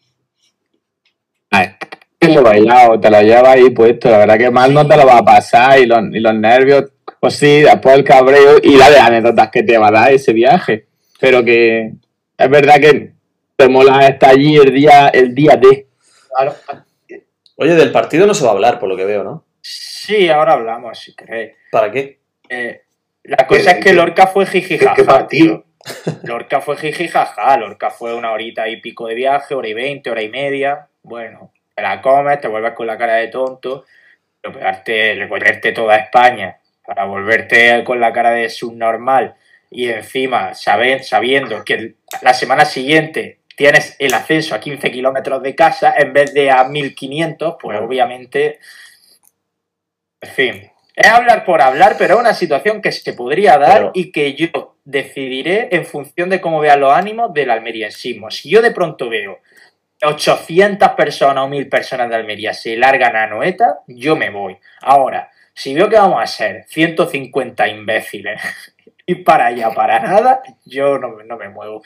Speaker 5: Ay, te lo he bailado, te lo llevas ahí puesto. La verdad que mal no te lo va a pasar y los, y los nervios, pues sí, después el cabreo y la de anécdotas que te va a dar ese viaje. Pero que... Es verdad que te mola estar allí el día, el día de.
Speaker 6: Claro.
Speaker 4: Oye, del partido no se va a hablar, por lo que veo, ¿no?
Speaker 3: Sí, ahora hablamos, si queréis.
Speaker 4: ¿Para qué?
Speaker 3: Eh, la cosa es que Lorca fue jijijaja.
Speaker 6: ¿Qué partido?
Speaker 3: Lorca fue jijijaja. Lorca fue una horita y pico de viaje, hora y veinte, hora y media. Bueno, te la comes, te vuelves con la cara de tonto. Pero pegarte, recorrerte toda España para volverte con la cara de subnormal. Y encima, saber, sabiendo que la semana siguiente tienes el ascenso a quince kilómetros de casa en vez de a mil quinientos, pues obviamente... En fin, es hablar por hablar, pero es una situación que se podría dar pero... y que yo decidiré en función de cómo vean los ánimos del almeriensismo. Si yo de pronto veo ochocientas personas o mil personas de Almería se largan a Anoeta, yo me voy. Ahora, si veo que vamos a ser ciento cincuenta imbéciles y para allá para nada, yo no, no me muevo.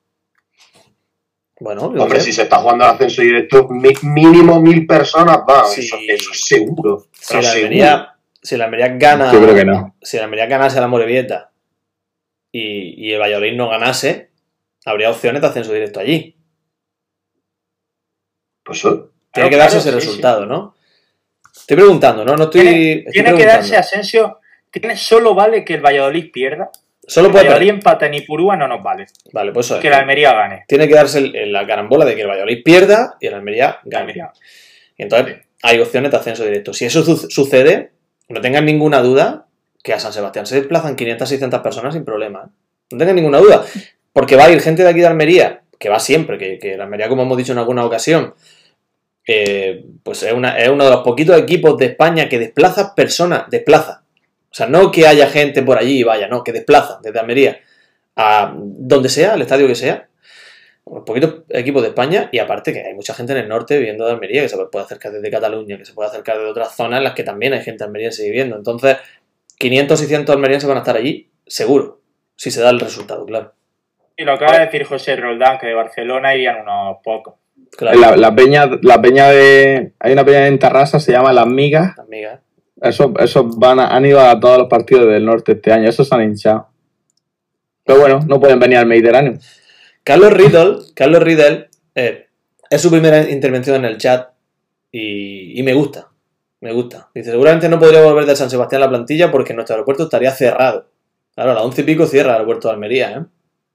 Speaker 4: Bueno,
Speaker 6: hombre, si se está jugando al ascenso directo, mi, mínimo mil personas va, sí, eso, eso es seguro.
Speaker 4: Si la, Almería, si la Almería gana,
Speaker 5: yo creo que no.
Speaker 4: Si la Almería ganase a la Morevieta y, y el Valladolid no ganase, habría opciones de ascenso directo allí.
Speaker 6: Pues eso.
Speaker 4: Tiene que darse claro, ese sí, resultado, sí. ¿no? Estoy preguntando, ¿no? No estoy.
Speaker 3: Tiene,
Speaker 4: estoy
Speaker 3: tiene que darse ascenso. Tiene, solo vale que el Valladolid pierda.
Speaker 4: Solo
Speaker 3: el
Speaker 4: puede
Speaker 3: Valladolid empate en Ipurúa no nos vale.
Speaker 4: Vale, pues eso
Speaker 3: que la Almería gane.
Speaker 4: Tiene que darse el, el, la carambola de que el Valladolid pierda y el Almería gane. Almería. Y entonces sí. hay opciones de ascenso directo. Si eso su sucede, no tengan ninguna duda que a San Sebastián se desplazan quinientas, seiscientas personas sin problema. No tengan ninguna duda. Porque va a ir gente de aquí de Almería, que va siempre, que, que la Almería, como hemos dicho en alguna ocasión, eh, pues es, una, es uno de los poquitos equipos de España que desplaza personas, desplaza. O sea, no que haya gente por allí y vaya, no, que desplaza desde Almería a donde sea, al estadio que sea, un poquito equipos de España, y aparte que hay mucha gente en el norte viviendo de Almería, que se puede acercar desde Cataluña, que se puede acercar de otras zonas en las que también hay gente almeriense viviendo. Entonces, quinientos, seiscientos almerienses van a estar allí, seguro, si se da el resultado, claro.
Speaker 3: Y lo acaba de decir José Roldán, que de Barcelona irían unos pocos.
Speaker 5: Claro. La, la peña, la peña de... Hay una peña en Tarrasa, se llama Las Migas.
Speaker 4: Las Migas.
Speaker 5: Esos, esos van a, han ido a todos los partidos del norte este año, esos se han hinchado. Pero bueno, no pueden venir al Mediterráneo.
Speaker 4: Carlos Riddle, Carlos Riddle, eh, es su primera intervención en el chat y, y me gusta, me gusta. Dice, seguramente no podría volver de San Sebastián a la plantilla porque nuestro aeropuerto estaría cerrado. Claro, a las once y pico cierra el aeropuerto de Almería, ¿eh?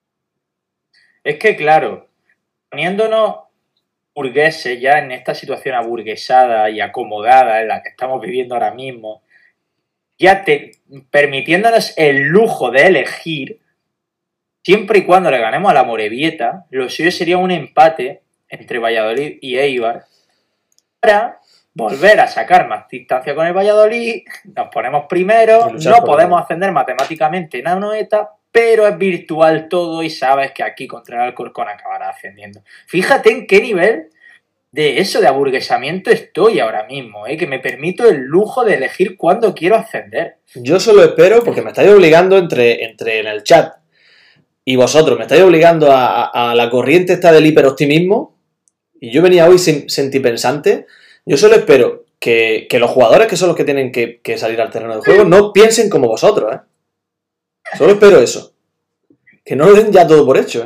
Speaker 3: Es que claro, poniéndonos burgueses ya en esta situación aburguesada y acomodada en la que estamos viviendo ahora mismo, ya te, permitiéndonos el lujo de elegir, siempre y cuando le ganemos a la Morevieta, lo suyo sería un empate entre Valladolid y Eibar para volver a sacar más distancia con el Valladolid, nos ponemos primero, no podemos ascender matemáticamente en Anoeta, pero es virtual todo y sabes que aquí contra el Alcorcón acabará ascendiendo. Fíjate en qué nivel de eso, de aburguesamiento estoy ahora mismo, ¿eh? Que me permito el lujo de elegir cuándo quiero ascender.
Speaker 4: Yo solo espero, porque me estáis obligando entre, entre en el chat y vosotros, me estáis obligando a, a, a la corriente esta del hiperoptimismo, y yo venía hoy sentipensante. Yo solo espero que, que los jugadores, que son los que tienen que, que salir al terreno de juego, no piensen como vosotros, ¿eh? Solo espero eso. Que no lo den ya todo por hecho,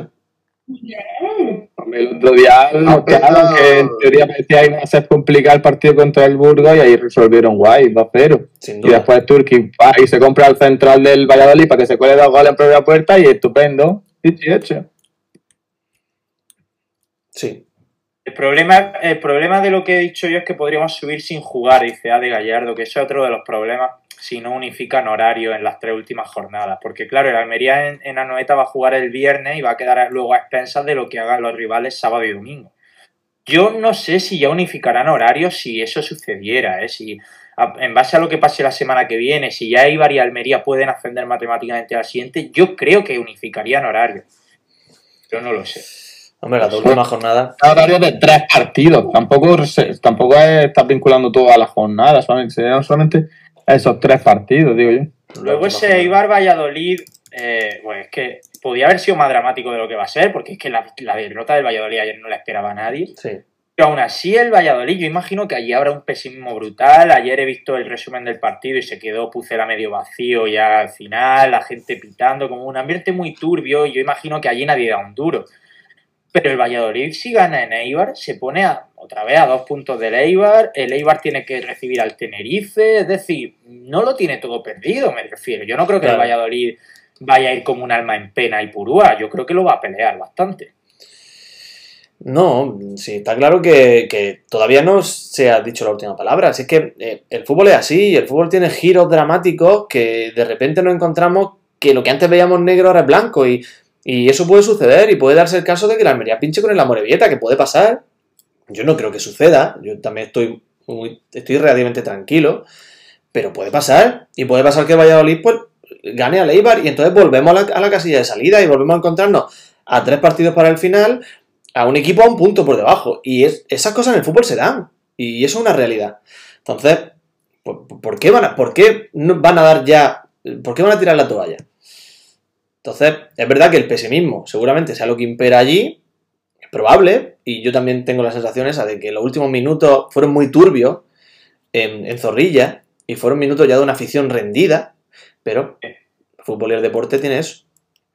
Speaker 4: ¿eh?
Speaker 5: Hombre, el otro día notaron que en teoría parecía que iba a ser complicado el partido contra el Burgos y ahí resolvieron guay, dos cero. Y después Turki va y se compra el central del Valladolid para que se cuele dos goles en propia puerta y estupendo. Y hecho.
Speaker 4: Sí.
Speaker 3: El problema, el problema de lo que he dicho yo es que podríamos subir sin jugar, dice Ade Gallardo, que eso es otro de los problemas si no unifican horarios en las tres últimas jornadas. Porque claro, el Almería en, en Anoeta va a jugar el viernes y va a quedar luego a expensas de lo que hagan los rivales sábado y domingo. Yo no sé si ya unificarán horarios si eso sucediera, ¿eh? Si en base a lo que pase la semana que viene, si ya Eibar y Almería pueden ascender matemáticamente al siguiente, yo creo que unificarían horarios. Yo no lo sé.
Speaker 4: Hombre, la última jornada.
Speaker 5: Horario de tres partidos. Tampoco, tampoco estás vinculando toda la jornada. Solamente, serían solamente esos tres partidos, digo yo.
Speaker 3: Luego ese Eibar Valladolid, eh, pues es que podía haber sido más dramático de lo que va a ser, porque es que la, la derrota del Valladolid ayer no la esperaba a nadie.
Speaker 4: Sí.
Speaker 3: Pero aún así el Valladolid, yo imagino que allí habrá un pesimismo brutal. Ayer he visto el resumen del partido y se quedó Pucela medio vacío ya al final, la gente pitando, como un ambiente muy turbio, y yo imagino que allí nadie da un duro. Pero el Valladolid, si gana en Eibar, se pone a, otra vez a dos puntos del Eibar. El Eibar tiene que recibir al Tenerife. Es decir, no lo tiene todo perdido, me refiero. Yo no creo que claro. el Valladolid vaya a ir como un alma en pena y purúa. Yo creo que lo va a pelear bastante.
Speaker 4: No, sí, está claro que, que todavía no se ha dicho la última palabra. Así es que eh, el fútbol es así. El fútbol tiene giros dramáticos que de repente nos encontramos que lo que antes veíamos negro ahora es blanco y... Y eso puede suceder y puede darse el caso de que la Almería pinche con el Amorebieta, que puede pasar. Yo no creo que suceda, yo también estoy, muy, estoy relativamente tranquilo, pero puede pasar. Y puede pasar que el Valladolid pues, gane al Eibar y entonces volvemos a la, a la casilla de salida y volvemos a encontrarnos a tres partidos para el final a un equipo a un punto por debajo. Y es, esas cosas en el fútbol se dan. Y eso es una realidad. Entonces, ¿por, por qué van a, por qué no van a dar ya... ¿Por qué van a tirar la toalla? Entonces, es verdad que el pesimismo seguramente sea lo que impera allí. Es probable. Y yo también tengo la sensación esa de que los últimos minutos fueron muy turbios en, en Zorrilla. Y fueron minutos ya de una afición rendida. Pero el fútbol y el deporte tiene eso.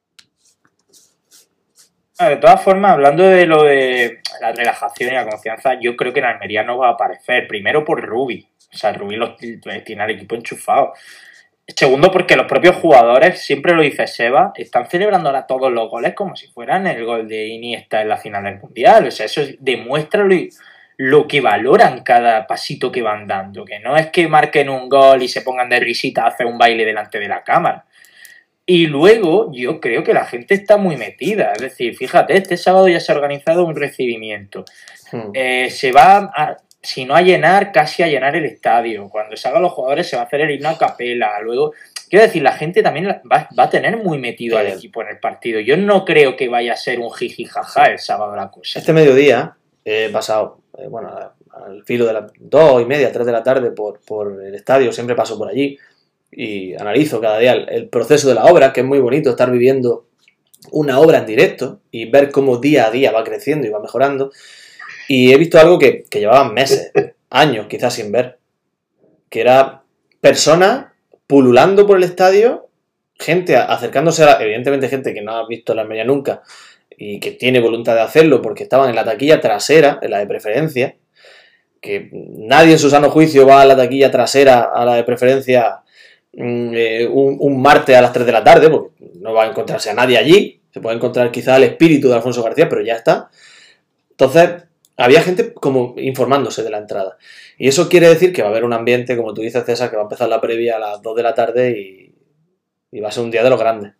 Speaker 3: De todas formas, hablando de lo de la relajación y la confianza, yo creo que en Almería no va a aparecer. Primero por Rubi. O sea, Rubi los, tiene al equipo enchufado. Segundo, porque los propios jugadores, siempre lo dice Seba, están celebrando ahora todos los goles como si fueran el gol de Iniesta en la final del Mundial. O sea, eso demuestra lo, lo que valoran cada pasito que van dando. Que no es que marquen un gol y se pongan de risita a hacer un baile delante de la cámara. Y luego yo creo que la gente está muy metida. Es decir, fíjate, este sábado ya se ha organizado un recibimiento. Hmm. Eh, se va, a, si no a llenar, casi a llenar el estadio. Cuando salgan los jugadores se va a hacer el himno a capela. Luego, quiero decir, la gente también va, va a tener muy metido al equipo en el partido. Yo no creo que vaya a ser un jiji jaja el sábado la cosa.
Speaker 4: Este mediodía he eh, pasado, eh, bueno, al filo de las dos y media, tres de la tarde por, por el estadio. Siempre paso por allí. Y analizo cada día el, el proceso de la obra, que es muy bonito estar viviendo una obra en directo y ver cómo día a día va creciendo y va mejorando. Y he visto algo que, que llevaban meses, años quizás sin ver, que era personas pululando por el estadio, gente acercándose a, evidentemente gente que no ha visto la Almería nunca y que tiene voluntad de hacerlo porque estaban en la taquilla trasera, en la de preferencia, que nadie en su sano juicio va a la taquilla trasera, a la de preferencia, Eh, un, un martes a las tres de la tarde, porque no va a encontrarse a nadie allí, se puede encontrar quizá el espíritu de Alfonso García, pero ya está. Entonces, había gente como informándose de la entrada. Y eso quiere decir que va a haber un ambiente, como tú dices, César, que va a empezar la previa a las dos de la tarde y, y va a ser un día de los grandes.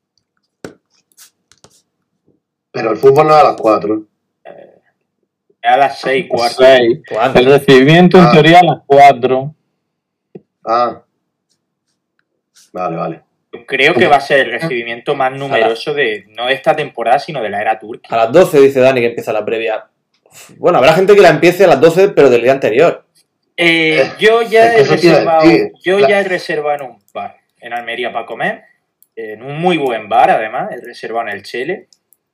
Speaker 6: Pero el fútbol no es a las cuatro.
Speaker 3: Eh, es a las seis, cuarto.
Speaker 5: El recibimiento en ah. teoría a las cuatro.
Speaker 6: Ah. Vale, vale.
Speaker 3: Creo que va a ser el recibimiento más numeroso de, no de esta temporada, sino de la era turca.
Speaker 4: A las doce dice Dani que empieza la previa. Bueno, habrá gente que la empiece a las doce, pero del día anterior.
Speaker 3: Eh, yo ya he reservado, yo ya he reservado en un bar en Almería para comer, en un muy buen bar además, he reservado en el Chele.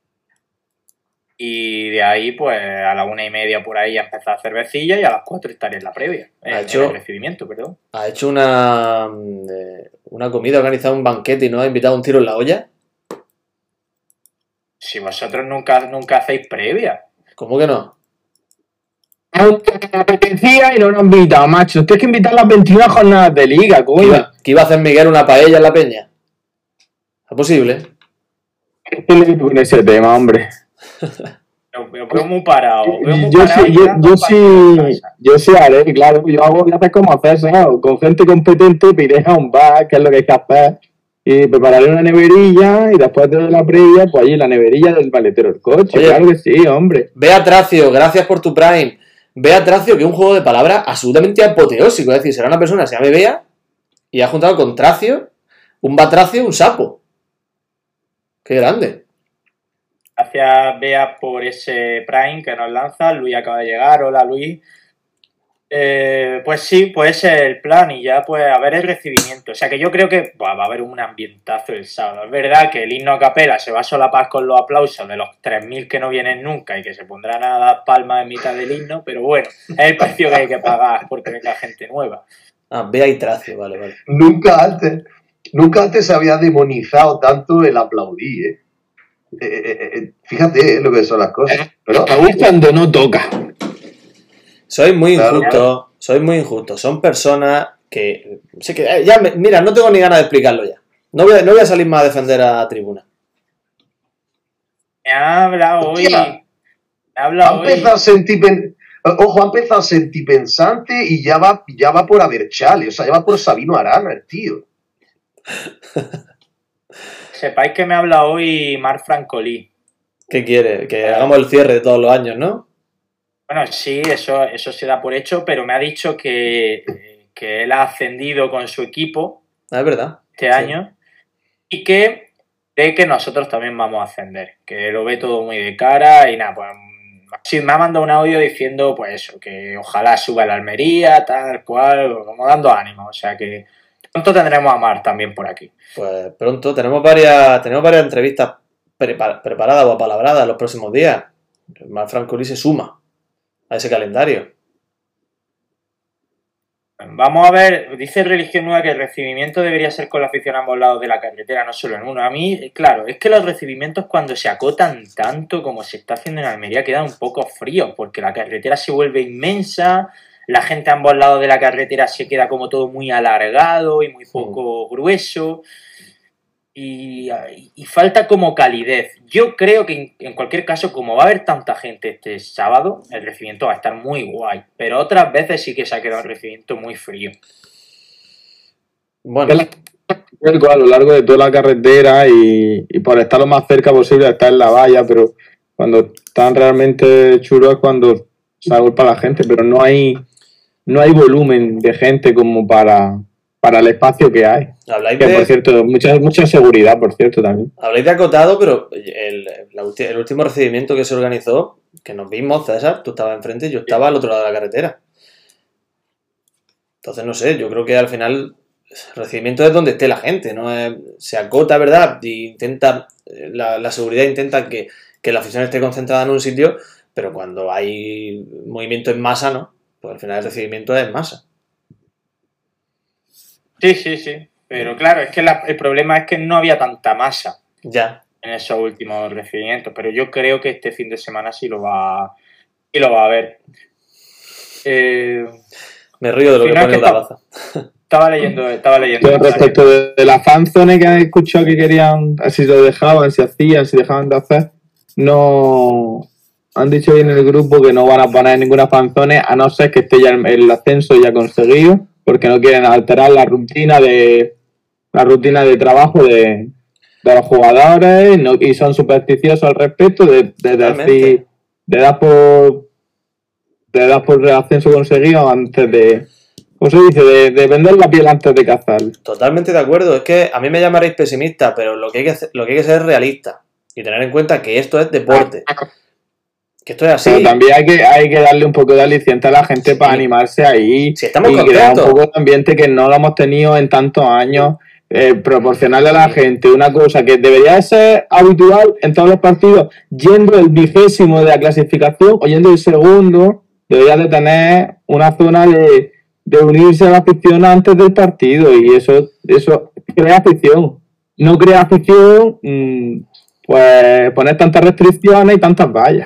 Speaker 3: Y de ahí, pues, a la una y media por ahí ya empezar cervecilla y a las cuatro estaré en la previa. En, hecho, en el recibimiento, perdón.
Speaker 4: ¿Ha hecho una, una comida, ha organizado un banquete y no ha invitado un tiro en la olla?
Speaker 3: Si vosotros nunca, nunca hacéis previa.
Speaker 4: ¿Cómo que no?
Speaker 5: Aunque me apetecía y no nos han invitado, macho. Tienes que invitar las veintiuna jornadas de liga, coño.
Speaker 4: ¿Qué iba, ¿Qué iba a hacer Miguel una paella en la peña? ¿Es posible?
Speaker 5: ¿Qué le digo con ese tema, hombre?
Speaker 3: Veo, veo muy parado. Veo muy
Speaker 5: yo,
Speaker 3: parado
Speaker 5: sí, yo, yo, sí, yo sí haré, claro. Yo hago voy a hacer como hacer, ¿sabes? Con gente competente, iré a un bar, que es lo que hay que hacer. Y prepararé una neverilla y después de la previa, pues allí en la neverilla del maletero del coche. Oye, claro que sí, hombre.
Speaker 4: Bea Tracio, gracias por tu Prime. Bea Tracio, que es un juego de palabras absolutamente apoteósico. Es decir, será una persona que se llame Bea y ha juntado con Tracio, un batracio, un sapo. ¡Qué grande!
Speaker 3: Gracias, Bea, por ese Prime que nos lanza. Luis acaba de llegar. Hola, Luis. Eh, pues sí, pues ese es el plan y ya pues a ver el recibimiento. O sea que yo creo que buah, va a haber un ambientazo el sábado. Es verdad que el himno a capela se va a solapar con los aplausos de los tres mil que no vienen nunca y que se pondrán a dar palmas en mitad del himno, pero bueno, es el precio que hay que pagar porque venga gente nueva.
Speaker 4: Ah, Bea y Tracio, vale, vale.
Speaker 6: Nunca antes, nunca antes se había demonizado tanto el aplaudir, ¿eh? Eh, eh, eh, fíjate eh, lo que son las cosas. Pero
Speaker 5: aún cuando no toca.
Speaker 4: Soy muy injusto, claro. soy muy injusto. Son personas que, sé que ya me, mira, no tengo ni ganas de explicarlo ya. No voy, a, no voy a salir más a defender a Tribuna.
Speaker 3: Me ha hablado hoy. Me ha hablado
Speaker 6: ha empezado hoy. A sentir pen, ojo, ha empezado a sentir pensante y ya va, ya va por Aberchale, o sea, ya va por Sabino Arana, el tío.
Speaker 3: Sepáis que me habla hoy Marc Francolí.
Speaker 4: ¿Qué quiere? Que hagamos el cierre de todos los años, ¿no?
Speaker 3: Bueno, sí, eso, eso se da por hecho, pero me ha dicho que, que él ha ascendido con su equipo.
Speaker 4: Ah, es verdad.
Speaker 3: Este sí. año. Y que cree que nosotros también vamos a ascender, que lo ve todo muy de cara y nada, pues sí, me ha mandado un audio diciendo pues eso, que ojalá suba la Almería, tal cual, como dando ánimo, o sea que pronto tendremos a Mar también por aquí.
Speaker 4: Pues pronto, tenemos varias, tenemos varias entrevistas prepar- preparadas o apalabradas en los próximos días. Mar Francolí se suma a ese calendario.
Speaker 3: Vamos a ver, dice Religión Nueva que el recibimiento debería ser con la afición a ambos lados de la carretera, no solo en uno. A mí, claro, es que los recibimientos cuando se acotan tanto como se está haciendo en Almería quedan un poco fríos, porque la carretera se vuelve inmensa, la gente a ambos lados de la carretera se queda como todo muy alargado y muy poco grueso, y, y falta como calidez. Yo creo que en, en cualquier caso, como va a haber tanta gente este sábado, el recibimiento va a estar muy guay, pero otras veces sí que se ha quedado el recibimiento muy frío.
Speaker 4: Bueno,
Speaker 5: A lo largo de toda la carretera y, y por estar lo más cerca posible estar en la valla, pero cuando están realmente chulos es cuando se agolpa la gente, pero no hay no hay volumen de gente como para, para el espacio que hay.
Speaker 4: habláis
Speaker 5: Que por
Speaker 4: de,
Speaker 5: cierto, mucha, mucha seguridad, por cierto, también.
Speaker 4: habláis de acotado, pero el, la ulti- el último recibimiento que se organizó, que nos vimos, César, tú estabas enfrente y yo estaba al otro lado de la carretera. Entonces, no sé, yo creo que al final el recibimiento es donde esté la gente, ¿no? Es- se acota, ¿verdad? Y intenta, la, la seguridad intenta que, que la afición esté concentrada en un sitio, pero cuando hay movimiento en masa, ¿no? Pues al final el recibimiento es en masa.
Speaker 3: Sí, sí, sí, pero claro, es que la- el problema es que no había tanta masa
Speaker 4: Ya.
Speaker 3: en esos últimos recibimientos, pero yo creo que este fin de semana sí lo va, sí lo va a haber. Eh,
Speaker 4: Me río de lo
Speaker 3: Al
Speaker 4: que
Speaker 3: final
Speaker 4: pone
Speaker 3: es que
Speaker 4: Utabaza.
Speaker 3: estaba leyendo, estaba leyendo.
Speaker 5: Pero respecto de, de la fanzone que han escuchado que querían, si lo dejaban, si hacían, si dejaban de hacer, no han dicho bien en el grupo que no van a poner ninguna fanzone a no ser que esté ya el, el ascenso ya conseguido, porque no quieren alterar la rutina de la rutina de trabajo de, de los jugadores no, y son supersticiosos al respecto de, de
Speaker 4: Totalmente.
Speaker 5: decir, de dar por de dar por el ascenso conseguido antes de, ¿cómo se dice? De, de vender la piel antes de cazar.
Speaker 4: Totalmente de acuerdo. Es que a mí me llamaréis pesimista, pero lo que hay que hacer- lo que hay que ser es realista y tener en cuenta que esto es deporte. Que esto es así.
Speaker 5: Pero también hay que, hay que darle un poco de aliciente a la gente
Speaker 4: Sí.
Speaker 5: para animarse ahí
Speaker 4: Si estamos
Speaker 5: y crear un
Speaker 4: contentos.
Speaker 5: poco de ambiente que no lo hemos tenido en tantos años. Eh, proporcionarle a la gente una cosa que debería de ser habitual en todos los partidos, yendo el vigésimo de la clasificación o yendo el segundo, debería de tener una zona de, de unirse a la afición antes del partido y eso, eso crea afición. No crea afición, mmm, pues poner tantas restricciones y tantas vallas.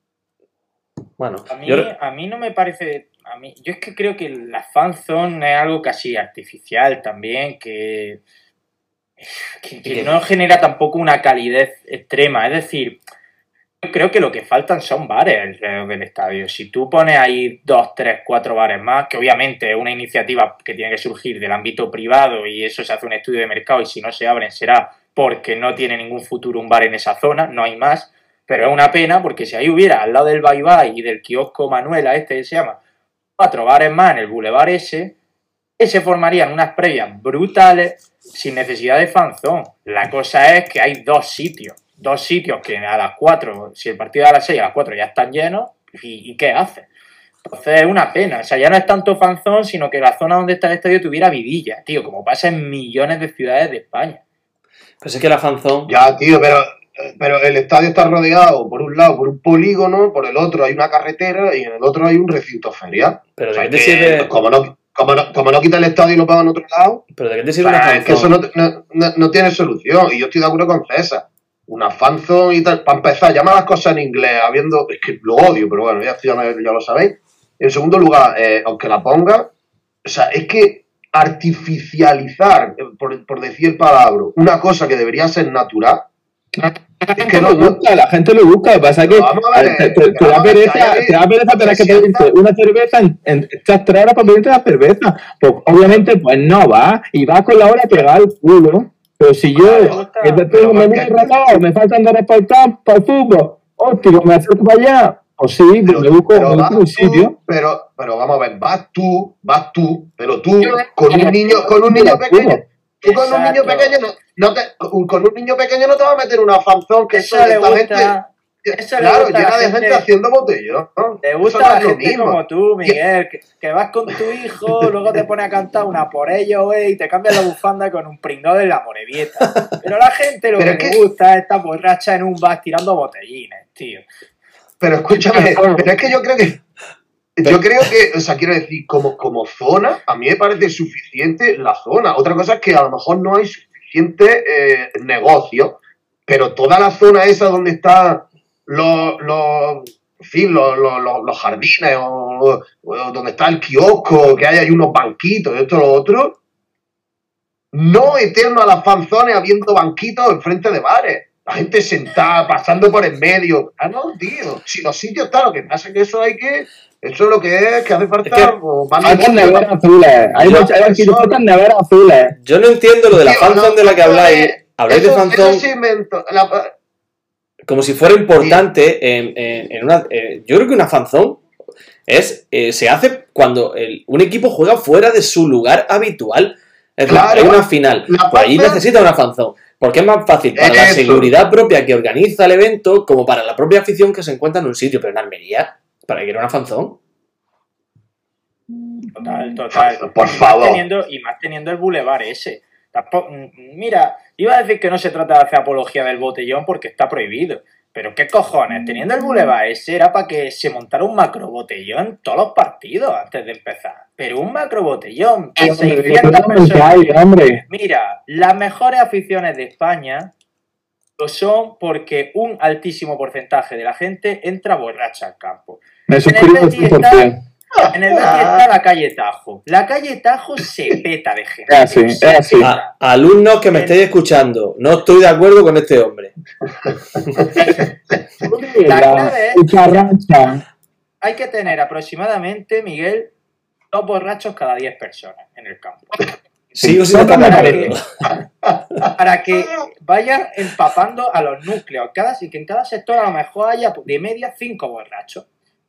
Speaker 4: Bueno,
Speaker 3: A mí,
Speaker 4: yo,
Speaker 3: a mí no me parece. A mí, yo es que creo que la fanzone es algo casi artificial también, que, que, que
Speaker 4: ¿Qué?
Speaker 3: no genera tampoco una calidez extrema. Es decir, yo creo que lo que faltan son bares alrededor del estadio. Si tú pones ahí dos, tres, cuatro bares más, que obviamente es una iniciativa que tiene que surgir del ámbito privado y eso se hace un estudio de mercado y si no se abren será porque no tiene ningún futuro un bar en esa zona, no hay más. Pero es una pena porque si ahí hubiera al lado del Bye Bye y del kiosco Manuela, este que se llama, cuatro bares más en el Boulevard ese, que se formarían unas previas brutales sin necesidad de fanzón. La cosa es que hay dos sitios, dos sitios que a las cuatro, si el partido es a las seis, a las cuatro ya están llenos, ¿y, y qué haces? Entonces es una pena, o sea, ya no es tanto fanzón, sino que la zona donde está el estadio tuviera vidilla, tío, como pasa en millones de ciudades de España.
Speaker 4: pues es que la fanzón.
Speaker 6: Ya, tío, pero, pero el estadio está rodeado, por un lado, por un polígono, por el otro hay una carretera y en el otro hay un recinto ferial.
Speaker 4: Pero
Speaker 6: O
Speaker 4: ¿de
Speaker 6: sea,
Speaker 4: qué te
Speaker 6: que,
Speaker 4: sirve?
Speaker 6: como, no, como, no, como no quita el estadio y lo paga en otro lado,
Speaker 4: Pero ¿de qué te sirve una
Speaker 6: pues, es que eso
Speaker 4: fanzón?
Speaker 6: no, no, no, no tiene solución. Y yo estoy de acuerdo con César. Una fanzone y tal. Para empezar, llama las cosas en inglés, habiendo. Es que lo odio, pero bueno, ya, ya, ya lo sabéis. En segundo lugar, eh, aunque la ponga, o sea, es que artificializar, por, por decir palabra, una cosa que debería ser natural. Es que no, no,
Speaker 5: La gente lo busca, lo que pasa es que
Speaker 6: Pero vamos a ver,
Speaker 5: te, te- te
Speaker 6: pero
Speaker 5: da
Speaker 6: vamos a ver,
Speaker 5: pereza,
Speaker 6: cállate,
Speaker 5: te da pereza tener que
Speaker 6: te sientas.
Speaker 5: pedirte una cerveza en, en estas tres horas para pedirte la cerveza. Pues obviamente pues no va, y vas con la hora pegada al culo. Pero si yo,
Speaker 6: Claro,
Speaker 5: que te
Speaker 6: pero
Speaker 5: tengo, me
Speaker 6: ¿por
Speaker 5: voy
Speaker 6: qué?
Speaker 5: reloj, me faltan dos horas para el campo, para el fútbol, óptimo, me acerco para allá, pues sí,
Speaker 6: Pero,
Speaker 5: me busco,
Speaker 6: pero
Speaker 5: me
Speaker 6: vas
Speaker 5: busco un
Speaker 6: tú,
Speaker 5: sitio.
Speaker 6: pero, pero vamos a ver, vas tú, vas tú, pero tú, con un niño, con un niño pequeño, Tú con un niño pequeño no, no te, con un niño pequeño no te vas a meter una fanzón que
Speaker 3: Eso
Speaker 6: eso
Speaker 3: le
Speaker 6: esta
Speaker 3: gusta,
Speaker 6: gente,
Speaker 3: eso le
Speaker 6: claro,
Speaker 3: gusta a
Speaker 6: llena
Speaker 3: la
Speaker 6: de
Speaker 3: gente-
Speaker 6: gente haciendo botellón, ¿no?
Speaker 3: Te
Speaker 6: Eso
Speaker 3: gusta
Speaker 6: no
Speaker 3: la
Speaker 6: es lo
Speaker 3: gente
Speaker 6: mismo.
Speaker 3: como tú, Miguel, que, que vas con tu hijo, luego te pone a cantar una por ello, eh, y te cambias la bufanda con un pringado en la morevieta. Pero la gente lo
Speaker 6: Pero
Speaker 3: que
Speaker 6: es
Speaker 3: le
Speaker 6: que-
Speaker 3: gusta es estar borracha en un bar tirando botellines, tío.
Speaker 6: Pero escúchame, pero es que yo creo que yo creo que, o sea, quiero decir, como, como zona, a mí me parece suficiente la zona. Otra cosa es que a lo mejor no hay suficiente eh, negocio, pero toda la zona esa donde están los, los, en fin, los, los, los- los jardines o, o donde está el kiosco, que hay ahí unos banquitos, esto lo otro, no eterno a las fanzones habiendo banquitos enfrente de bares. La gente sentada, pasando por en medio. Ah, no, tío. Si los sitios están, lo que pasa es que eso hay que. Eso es lo que es, que hace falta.
Speaker 4: Es que
Speaker 6: o más
Speaker 5: Faltan
Speaker 6: negocio,
Speaker 5: neveras azules. Hay
Speaker 4: Yo-
Speaker 5: muchas aquí faltan neveras azules.
Speaker 4: Yo no entiendo lo de la
Speaker 6: Tío,
Speaker 4: fanzone
Speaker 6: no,
Speaker 4: de la que
Speaker 6: eso
Speaker 4: habláis.
Speaker 6: es-
Speaker 4: Habláis de
Speaker 6: eso-
Speaker 4: fanzone
Speaker 6: eso sí invento. La-
Speaker 4: como si fuera importante en, en- en una... eh, yo creo que una fanzone es, eh, se hace cuando el- un equipo juega fuera de su lugar habitual. Es decir,
Speaker 6: Claro.
Speaker 4: hay una final.
Speaker 6: La
Speaker 4: Pues ahí
Speaker 6: fanzone-
Speaker 4: necesita una fanzone. Porque es más fácil para la
Speaker 6: Eso.
Speaker 4: seguridad propia que organiza el evento como para la propia afición que se encuentra en un sitio. Pero en Almería, ¿para qué quiere una fanzone?
Speaker 3: Total, total.
Speaker 6: Por
Speaker 3: Y más
Speaker 6: favor.
Speaker 3: Teniendo, y más teniendo el bulevar ese. Tampoco, mira, iba a decir que no se trata de hacer apología del botellón porque está prohibido. Pero qué cojones, teniendo el bulevar ese era para que se montara un macro botellón en todos los partidos antes de empezar. Pero un macro botellón,
Speaker 5: Hombre,
Speaker 3: seiscientas
Speaker 5: totalmente
Speaker 3: personas.
Speaker 5: hay, hombre.
Speaker 3: Mira, las mejores aficiones de España lo son porque un altísimo porcentaje de la gente entra borracha al campo.
Speaker 5: Me suscribo al
Speaker 3: Betis
Speaker 5: cien por cien.
Speaker 3: En el Betis está la calle Tajo. La calle Tajo se peta de gente.
Speaker 5: Es así,
Speaker 3: Se
Speaker 5: es así.
Speaker 3: peta.
Speaker 4: A- alumnos que me estéis escuchando, no estoy de acuerdo con este hombre.
Speaker 3: La
Speaker 5: La
Speaker 3: clave es-
Speaker 5: cucaracha.
Speaker 3: Hay que tener aproximadamente, Miguel, dos borrachos cada diez personas en el campo.
Speaker 4: Sigo sin estar de
Speaker 5: Para
Speaker 4: acuerdo.
Speaker 3: Para que vayan empapando a los núcleos. Cada, y que en cada sector a lo mejor haya de media cinco borrachos.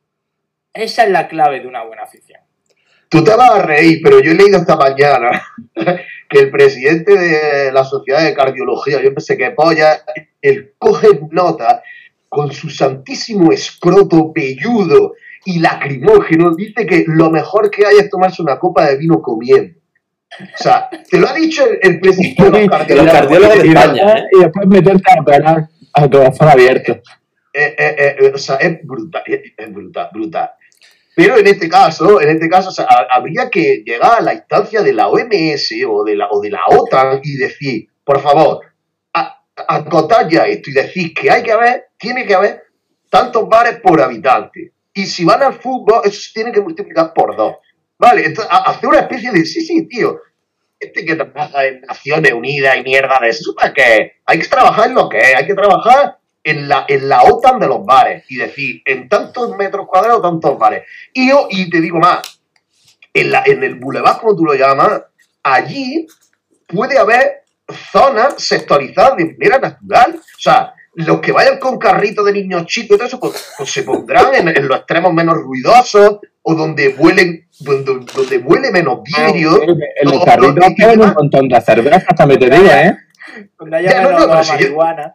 Speaker 3: Esa es la clave de una buena afición.
Speaker 6: Tú te vas a reír, pero yo he leído esta mañana que el presidente de la Sociedad de Cardiología, yo pensé que polla, él coge nota con su santísimo escroto velludo y lacrimógeno, dice que lo mejor que hay es tomarse una copa de vino comiendo. O sea, te lo ha dicho el, el presidente de los
Speaker 4: los
Speaker 6: cardiólogos.
Speaker 4: cardiólogos de
Speaker 5: Y
Speaker 4: España,
Speaker 5: después-
Speaker 4: ¿eh?
Speaker 5: Y después meterte a operar a corazón abierto.
Speaker 6: Eh, eh, eh, o sea, es brutal, es, es brutal, brutal. Pero en este caso, en este caso, o sea, ha- habría que llegar a la instancia de la O M S o de la, o de la OTAN y decir, por favor, a- acotar ya esto y decir que hay que haber, tiene que haber tantos bares por habitante. Y si van al fútbol, eso se tiene que multiplicar por dos. Vale, entonces, a- hacer una especie de, sí, sí, tío, este que trabaja en Naciones Unidas y mierda de eso, ¿para qué? Hay que trabajar en lo que es, hay que trabajar en la, en la OTAN de los bares y decir, en tantos metros cuadrados, tantos bares. Y yo, y te digo más, en, la, en el boulevard, como tú lo llamas, allí puede haber zonas sectorizadas de manera natural. O sea, los que vayan con carritos de niños chicos y todo eso, pues, pues se pondrán en, en los extremos menos ruidosos o donde vuelen, donde, donde vuele menos vidrio.
Speaker 5: En los
Speaker 6: o-
Speaker 5: carritos
Speaker 6: o- y
Speaker 5: quedan un
Speaker 6: demás.
Speaker 5: montón de cervezas, también te digo, ¿eh?
Speaker 3: Donde haya
Speaker 6: Ya, no,
Speaker 3: menos
Speaker 6: no, pero
Speaker 3: olor a
Speaker 6: si yo-
Speaker 3: marihuana.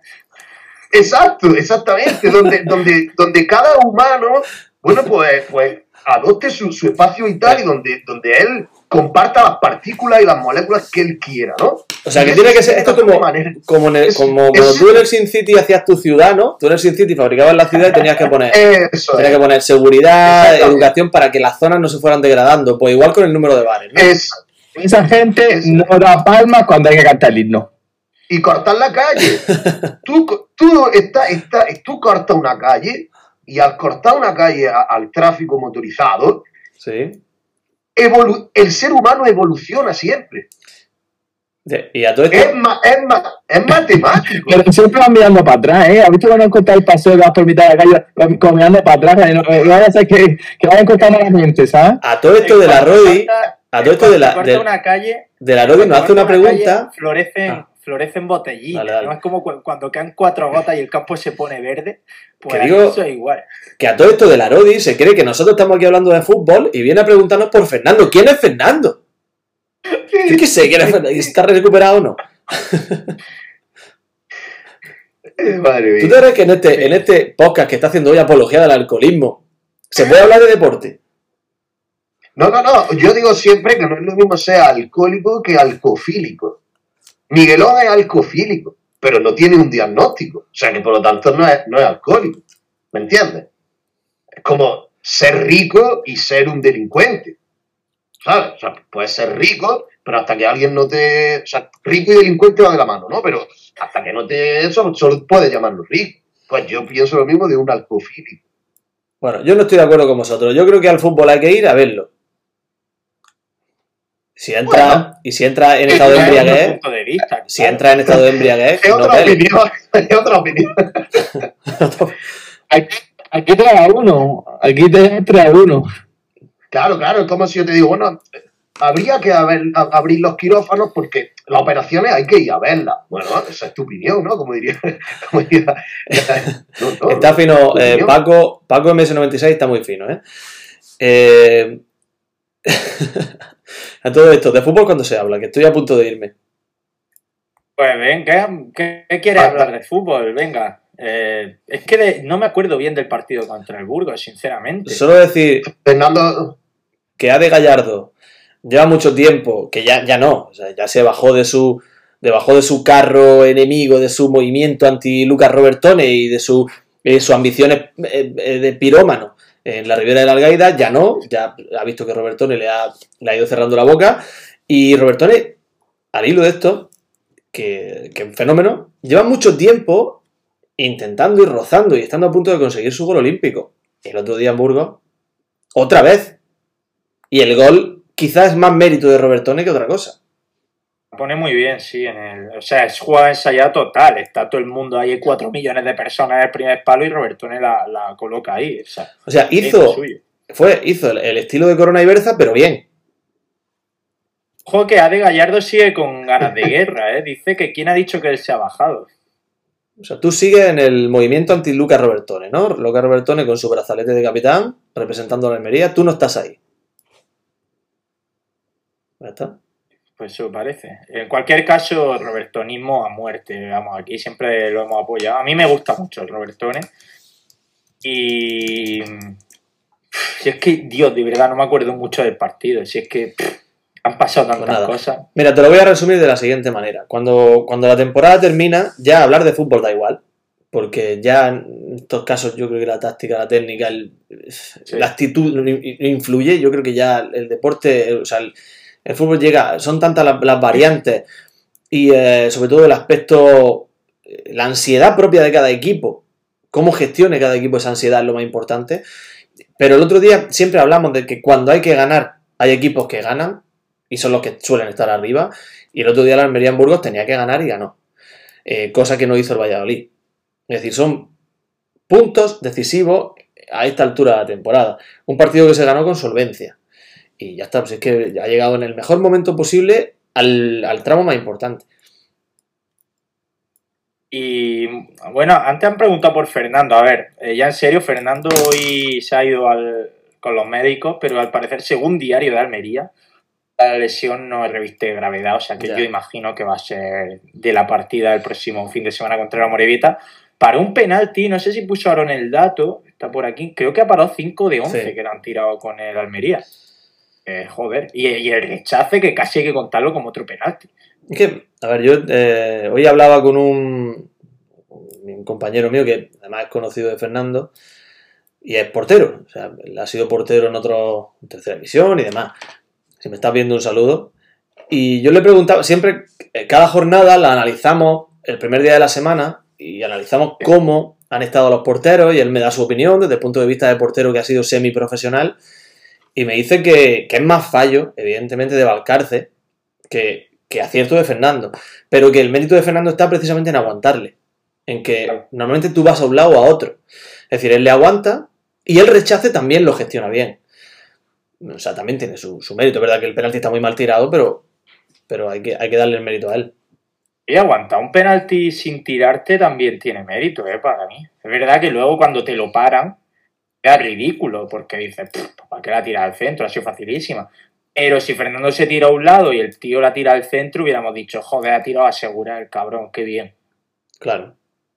Speaker 6: Exacto, exactamente, donde, donde, donde cada humano, bueno, pues, pues adopte su, su espacio vital y donde, donde él comparta las partículas y las moléculas que él quiera, ¿no?
Speaker 4: O sea, que
Speaker 6: Y
Speaker 4: tiene
Speaker 6: eso
Speaker 4: que ser
Speaker 6: sí,
Speaker 4: esto
Speaker 6: de alguna
Speaker 4: como,
Speaker 6: manera.
Speaker 4: como, en el-
Speaker 6: Es-
Speaker 4: como
Speaker 6: es-
Speaker 4: cuando tú en el Sin City hacías tu ciudad, ¿no? Tú en el Sin City fabricabas la ciudad y tenías que poner,
Speaker 6: Eso
Speaker 4: tenías
Speaker 6: es,
Speaker 4: que poner seguridad,
Speaker 6: Exactamente.
Speaker 4: educación para que las zonas no se fueran degradando. Pues igual con el número de bares, ¿no?
Speaker 6: es,
Speaker 5: Esa gente
Speaker 6: Es-
Speaker 5: no da palmas cuando hay que cantar el himno.
Speaker 6: y cortar la calle. Tú, tú, está, está, tú cortas una calle y al cortar una calle a- al tráfico motorizado,
Speaker 4: Sí.
Speaker 6: evolu- el ser humano evoluciona siempre.
Speaker 4: De- Y a todo
Speaker 6: Es,
Speaker 4: esto,
Speaker 6: ma- es, ma- es matemático.
Speaker 5: Pero siempre van mirando para atrás, ¿eh? ¿Has visto cuando han cortado el paseo que vas por mitad de la calle, van como mirando para atrás? Que no, que vaya a ser que, que vayan cortando a la gente, ¿sabes?
Speaker 4: a todo esto de la
Speaker 3: Cuando
Speaker 4: Rodi,
Speaker 3: corta-
Speaker 4: a todo esto de la,
Speaker 3: cuando corta
Speaker 4: de,
Speaker 3: una calle,
Speaker 4: de la Rodi nos
Speaker 3: cuando
Speaker 4: hace una
Speaker 3: corta calle,
Speaker 4: pregunta.
Speaker 3: florecen,
Speaker 4: Ah.
Speaker 3: florecen botellitas.
Speaker 4: Dale, dale.
Speaker 3: ¿No? Es como cu- cuando quedan cuatro gotas y el campo se pone verde. Pues
Speaker 4: Que digo-
Speaker 3: eso es igual.
Speaker 4: Que a todo esto de la Rodi se cree que nosotros estamos aquí hablando de fútbol y viene a preguntarnos por Fernando. ¿Quién es Fernando? Yo qué sé, que está recuperado o no.
Speaker 6: Madre mía.
Speaker 4: ¿Tú te crees que en este, en este podcast que está haciendo hoy apología del alcoholismo se puede hablar de deporte?
Speaker 6: No, no, no. Yo digo siempre que no es lo mismo ser alcohólico que alcofílico. Miguelón es alcofílico, pero no tiene un diagnóstico. O sea que por lo tanto no es, no es alcohólico. ¿Me entiendes? Es como ser rico y ser un delincuente. ¿Sabes? O sea, puedes ser rico, pero hasta que alguien no te... O sea, rico y delincuente van de la mano, ¿no? Pero hasta que no te... Eso solo puedes llamarlo rico. Pues yo pienso lo mismo de un alcofílico.
Speaker 4: Bueno, yo no estoy de acuerdo con vosotros. Yo creo que al fútbol hay que ir a verlo. Si entra,
Speaker 6: Bueno,
Speaker 4: y si entra en estado de embriaguez,
Speaker 3: punto de vista,
Speaker 4: si
Speaker 3: claro.
Speaker 4: entra en estado de embriaguez,
Speaker 6: Es
Speaker 4: no
Speaker 6: otra
Speaker 4: pele.
Speaker 6: opinión. Es otra opinión.
Speaker 5: Aquí, aquí tres a uno. Aquí te tres a uno.
Speaker 6: Claro, claro. Es como si yo te digo, bueno, habría que haber, a- abrir los quirófanos porque las operaciones hay que ir a verlas. Bueno, esa es tu opinión, ¿no? Como diría... Como diría no, no,
Speaker 4: Está
Speaker 6: tu
Speaker 4: fino, eh,
Speaker 6: opinión.
Speaker 4: Paco, Paco M S noventa y seis está muy fino, ¿eh? eh... a todo esto, ¿de fútbol cuando se habla? Que estoy a punto de irme.
Speaker 3: Pues venga, ¿qué, qué quieres
Speaker 6: Ah,
Speaker 3: hablar de fútbol? Venga. Eh, es que de- no me acuerdo bien del partido contra el Burgos, sinceramente.
Speaker 4: Solo decir
Speaker 6: Fernando,
Speaker 4: que Ade Gallardo lleva mucho tiempo, que ya, ya no, o sea, ya se bajó de su de bajó de su carro enemigo, de su movimiento anti Lucas Robertone y de su, eh, sus ambiciones eh, eh, de pirómano en la Ribera de la Algaida, ya no, ya ha visto que Robertone le ha, le ha ido cerrando la boca y Robertone, al hilo de esto, que, que es un fenómeno, lleva mucho tiempo intentando y rozando y estando a punto de conseguir su gol olímpico. El otro día en Burgos, otra vez. Y el gol quizás es más mérito de Robertone que otra cosa.
Speaker 3: Pone muy bien, sí, en el, o sea, es jugada ensayada total, está todo el mundo ahí, hay cuatro millones de personas en el primer palo y Robertone la, la coloca ahí, o sea,
Speaker 4: O sea,
Speaker 3: es lo
Speaker 4: hizo,
Speaker 3: suyo.
Speaker 4: fue, hizo el, el estilo de Corona y Berza, pero bien.
Speaker 3: Ojo que Ade Gallardo sigue con ganas de guerra, ¿eh? Dice que quién ha dicho que él se ha bajado.
Speaker 4: O sea, tú sigues en el movimiento anti-Lucas Robertone, ¿no? Lucas Robertone con su brazalete de capitán, representando a la Almería, tú no estás ahí. ¿Ya está?
Speaker 3: Pues eso parece. En cualquier caso, robertonismo a muerte. Vamos, aquí siempre lo hemos apoyado. A mí me gusta mucho el Robertone. Y... Si es que, Dios, de verdad, no me acuerdo mucho del partido. Si es que pff, han pasado tantas
Speaker 4: Pues nada.
Speaker 3: cosas.
Speaker 4: Mira, te lo voy a resumir de la siguiente manera. Cuando, cuando la temporada termina, ya hablar de fútbol da igual. Porque ya en estos casos yo creo que la táctica, la técnica, el-
Speaker 3: Sí.
Speaker 4: la actitud no in- no influye. Yo creo que ya el deporte, o sea, el, el fútbol llega, son tantas las, las variantes y eh, sobre todo el aspecto, eh, la ansiedad propia de cada equipo, cómo gestione cada equipo esa ansiedad es lo más importante. Pero el otro día siempre hablamos de que cuando hay que ganar, hay equipos que ganan y son los que suelen estar arriba. Y el otro día la Almería en Burgos tenía que ganar y ganó. Eh, cosa que no hizo el Valladolid. Es decir, son puntos decisivos a esta altura de la temporada. Un partido que se ganó con solvencia. Y ya está, pues es que ha llegado en el mejor momento posible al, al tramo más importante.
Speaker 3: Y bueno, antes han preguntado por Fernando. A ver, eh, ya en serio, Fernando hoy se ha ido al, con los médicos, pero al parecer, según Diario de Almería, la lesión no reviste gravedad. O sea que
Speaker 4: Ya.
Speaker 3: yo imagino que va a ser de la partida del próximo fin de semana contra la Morevita. Para un penalti, no sé si puso Aaron el dato, está por aquí, creo que ha parado cinco de once
Speaker 4: Sí.
Speaker 3: que le han tirado con el Almería. Eh, joder, y, y el rechace que casi hay que contarlo como otro penalti.
Speaker 4: Es que, a ver, yo eh, hoy hablaba con un, un compañero mío que además es conocido de Fernando y es portero. O sea, él ha sido portero en otro, en tercera división y demás. Si me estás viendo, un saludo. Y yo le preguntaba, siempre, eh, cada jornada la analizamos el primer día de la semana y analizamos cómo han estado los porteros y él me da su opinión desde el punto de vista de portero que ha sido semiprofesional y me dice que, que es más fallo, evidentemente, de Valcarce que, que acierto de Fernando, pero que el mérito de Fernando está precisamente en aguantarle, en que
Speaker 3: Claro.
Speaker 4: normalmente tú vas a un lado o a otro. Es decir, él le aguanta y el rechace también lo gestiona bien. O sea, también tiene su, su mérito. Es verdad que el penalti está muy mal tirado, pero, pero hay, que, hay que darle el mérito a él.
Speaker 3: Y aguantar un penalti sin tirarte también tiene mérito, ¿eh? Para mí. Es verdad que luego cuando te lo paran, es ridículo, porque dices, "Pff, ¿para qué la tiras al centro? Ha sido facilísima". Pero si Fernando se tira a un lado y el tío la tira al centro, hubiéramos dicho, joder, ha tirado a asegurar el cabrón, qué bien.
Speaker 4: Claro.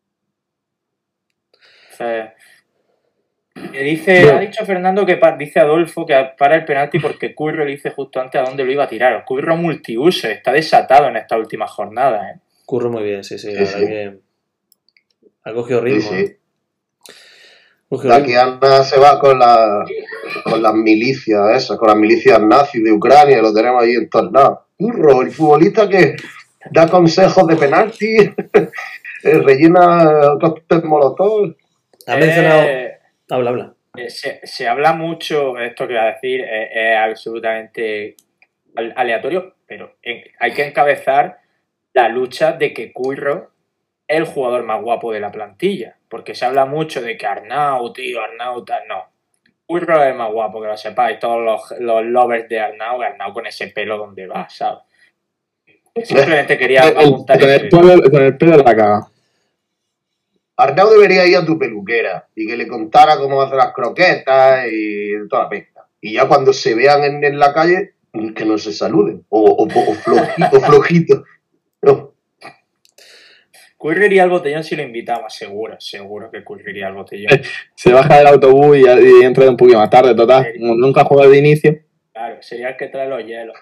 Speaker 3: O sea, me dice,
Speaker 5: Yo-
Speaker 3: ha dicho Fernando que pa- dice Adolfo que para el penalti porque Curro le dice justo antes a dónde lo iba a tirar. Curro multiuso, está desatado en estas últimas jornadas. ¿eh?
Speaker 4: Curro muy bien, sí, sí.
Speaker 6: Sí,
Speaker 4: La verdad
Speaker 6: sí.
Speaker 4: que ha cogido
Speaker 6: Sí,
Speaker 4: ritmo.
Speaker 6: sí.
Speaker 4: ¿eh? Ha cogido
Speaker 6: La
Speaker 4: ritmo.
Speaker 6: que Ana se va con, la, con las milicias esas, con las milicias nazis de Ucrania, lo tenemos ahí en todos lados. Curro, el futbolista que da consejos de penalti, eh, rellena cócteles molotov.
Speaker 4: Ha mencionado...
Speaker 3: Eh,
Speaker 4: Habla, habla.
Speaker 3: eh, se, se habla mucho, esto que voy a decir es, es absolutamente al- aleatorio, pero en- hay que encabezar la lucha de que Curro es el jugador más guapo de la plantilla. Porque se habla mucho de que Arnau, tío, Arnau, tal. No. Curro es el más guapo, que lo sepáis. Todos los, los lovers de Arnau, Arnau con ese pelo donde va, ¿sabes? Simplemente quería
Speaker 5: El- el-
Speaker 3: apuntar
Speaker 5: con,
Speaker 3: ese
Speaker 5: el pelo, con el pelo de la caga.
Speaker 6: Arnau debería ir a tu peluquera y que le contara cómo hacer las croquetas y toda la pesca. Y ya cuando se vean en, en la calle, que no se saluden. O, o, o flojito, o flojito. No.
Speaker 3: Curriría al botellón si lo invitamos, seguro, seguro que curriría al botellón.
Speaker 5: Se baja del autobús y, y entra un poquito más tarde, total. Como nunca juega de inicio.
Speaker 3: Claro, sería el que trae los hielos.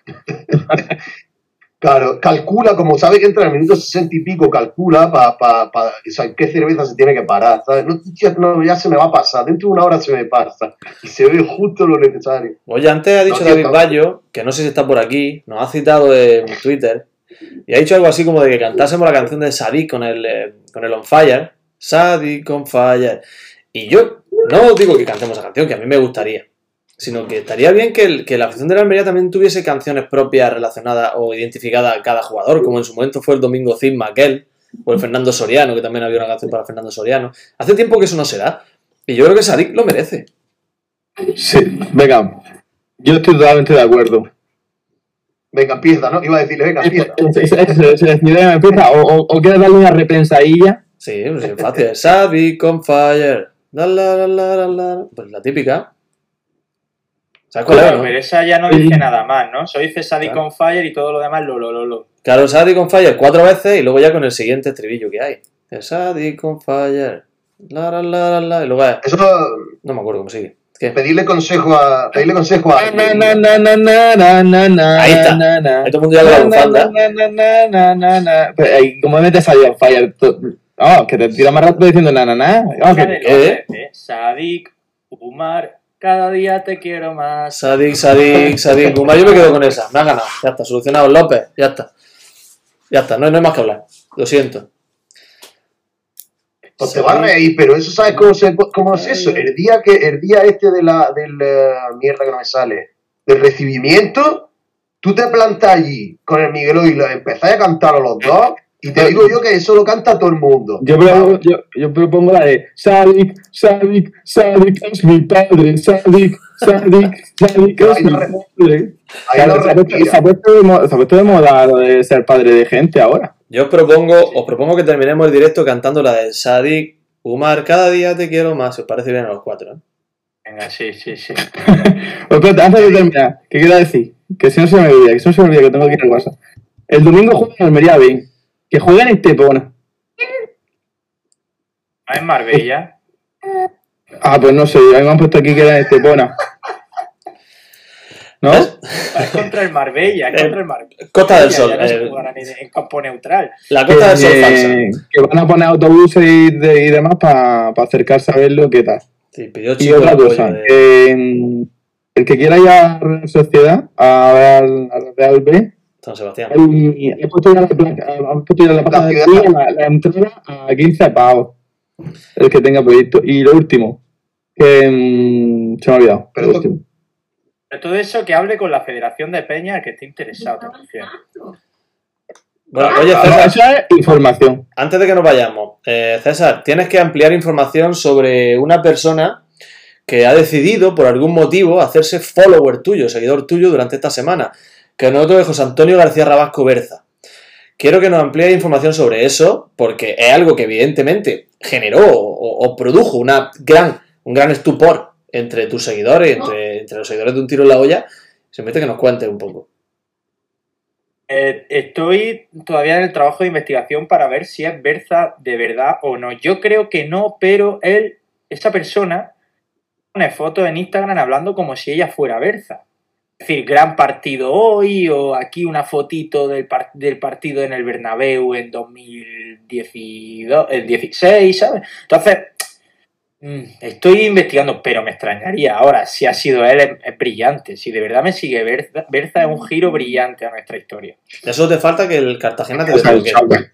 Speaker 6: Claro, calcula, como sabe que entra en el minuto sesenta y pico, calcula para pa, pa, o sea, qué cerveza se tiene que parar, ¿sabes? No, ya, no, ya se me va a pasar, dentro de una hora se me pasa. Y se ve justo lo necesario.
Speaker 4: Oye, antes ha dicho
Speaker 6: No,
Speaker 4: David
Speaker 6: cierto.
Speaker 4: Bayo, que no sé si está por aquí, nos ha citado en Twitter, y ha dicho algo así como de que cantásemos la canción de Sadik con el, eh, con el On Fire. Sadik On Fire. Y yo no digo que cantemos esa canción, que a mí me gustaría, sino que estaría bien que, el- que la afición de la Almería también tuviese canciones propias relacionadas o identificadas a cada jugador, como en su momento fue el Domingo Cisma aquel, o el Fernando Soriano, que también había una canción para Fernando Soriano. Hace tiempo que eso no se da, y yo creo que Sadik lo merece.
Speaker 5: Sí, venga. Yo estoy totalmente de acuerdo.
Speaker 6: Venga, empieza, ¿no? Iba a decirle, venga, empieza.
Speaker 5: Se, se, se, se decide, empieza, o, o, o quieres darle una repensadilla.
Speaker 4: Sí, pues es fácil. Sadik On Fire. La, la, la, la, la, la. Pues la típica. ¿Sabes cuál
Speaker 3: Claro,
Speaker 4: es, no?
Speaker 3: pero esa ya no dice nada más, ¿no? Solo dice Sadik
Speaker 4: Claro.
Speaker 3: on Fire y todo lo demás lo, lo, lo, lo.
Speaker 4: Claro, Sadik On Fire cuatro veces y luego ya con el siguiente estribillo que hay. El Sadik On Fire. La, la, la, la, la. Y luego es...
Speaker 6: Eso,
Speaker 4: No me acuerdo cómo sigue. ¿Qué?
Speaker 6: pedirle consejo a. Pedirle consejo a.
Speaker 5: Na, na, na, na, na, na, na, na,
Speaker 4: Ahí está.
Speaker 5: na, na.
Speaker 4: Ahí todo el mundo ya con la
Speaker 5: Na,
Speaker 4: bufanda.
Speaker 5: na, na, na, na, na, na. Pero, ahí, ¿cómo metes ahí on fire? Tú- Oh, que te tira más rato diciendo na, na, na. Oh,
Speaker 3: Esa
Speaker 5: que-
Speaker 3: de
Speaker 4: ¿qué?
Speaker 3: López, ¿eh? Sadik, Umar, cada día te quiero más.
Speaker 4: Sadik, Sadik, Sadik. Guma, yo me quedo con esa. Me ha ganado. Ya está, solucionado. López, ya está. Ya está, no, hay- no hay más que hablar. Lo siento.
Speaker 6: Pues te va a reír, pero eso, ¿sabes cómo, se, cómo es eso? El día que el día este de la del eh, mierda que no me sale, del recibimiento, tú te plantas allí con el Miguelo y lo empezáis a cantar a los dos, y te digo yo que eso lo canta todo el mundo.
Speaker 5: Yo, propongo, yo, yo propongo la de Sadik, Sadik, Sadik es mi padre, Sadik, Sadik, Sadik es
Speaker 6: Ahí
Speaker 5: mi
Speaker 6: lo re-
Speaker 5: padre.
Speaker 6: Ahí
Speaker 5: Claro,
Speaker 6: lo
Speaker 5: se, ha puesto,
Speaker 6: respira.
Speaker 5: se ha puesto de moda, se ha puesto de moda lo de ser padre de gente ahora.
Speaker 4: Yo os propongo, os propongo que terminemos el directo cantando la de Sadik, Umar, cada día te quiero más. Si os parece bien a los cuatro, ¿eh?
Speaker 3: Venga, sí, sí, sí.
Speaker 5: Pues espérate, antes de terminar, ¿qué quiero decir? Que si no se me olvida, que si no se me olvida que tengo que ir al WhatsApp. El domingo juega en Almería B. Que juega en Estepona.
Speaker 3: ¿No es Marbella?
Speaker 5: Ah, pues no sé, a mí me han puesto aquí que era en Estepona. ¿No?
Speaker 4: ¿Ves?
Speaker 3: Es contra el Marbella, es
Speaker 4: Eh,
Speaker 3: contra el Marbella.
Speaker 4: Costa del
Speaker 3: Ya
Speaker 4: Sol.
Speaker 3: no se
Speaker 4: eh,
Speaker 3: jugará ni de- en campo neutral.
Speaker 4: la Costa del Sol
Speaker 5: que,
Speaker 4: falsa.
Speaker 5: que van a poner autobuses y, de- y demás para acercarse a verlo, qué tal.
Speaker 4: Sí, pidió
Speaker 5: Y
Speaker 4: chico el
Speaker 5: otra
Speaker 4: apoyo
Speaker 5: cosa,
Speaker 4: de-
Speaker 5: que, mm, el que quiera ir a la Real Sociedad, a Real, a la Real B,
Speaker 4: San Sebastián.
Speaker 5: hay- he puesto ya la, placa- he puesto ya la página de
Speaker 6: ciudad.
Speaker 5: aquí, la, la entrada a quince pavos. El que tenga proyecto. Y lo último, que mm, se me ha olvidado.
Speaker 6: Pero
Speaker 5: lo
Speaker 6: tú-
Speaker 5: último.
Speaker 3: De todo eso que hable con la Federación de Peña, el que esté interesado, te refiero.
Speaker 4: Bueno, oye,
Speaker 5: No,
Speaker 4: César,
Speaker 5: eso es información.
Speaker 4: antes de que nos vayamos, eh, César, tienes que ampliar información sobre una persona que ha decidido, por algún motivo, hacerse follower tuyo, seguidor tuyo durante esta semana, que no es otro que José Antonio García Rabasco Berza. Quiero que nos amplíes información sobre eso, porque es algo que evidentemente generó o, o produjo una gran, un gran estupor entre tus seguidores, entre, entre los seguidores de Un Tiro en la Olla, Simplemente que nos cuentes un poco.
Speaker 3: Eh, estoy todavía en el trabajo de investigación para ver si es Berza de verdad o no. Yo creo que no, pero él, esa persona, pone fotos en Instagram hablando como si ella fuera Berza. Es decir, gran partido hoy, o aquí una fotito del, par del partido en el Bernabéu en dos mil dieciséis, ¿sabes? Entonces, estoy investigando, pero me extrañaría. Ahora, si ha sido él, es, es brillante. Si de verdad me sigue Berza, Berza es un giro brillante a nuestra historia.
Speaker 4: Ya solo te falta que el Cartagena te desbloquee.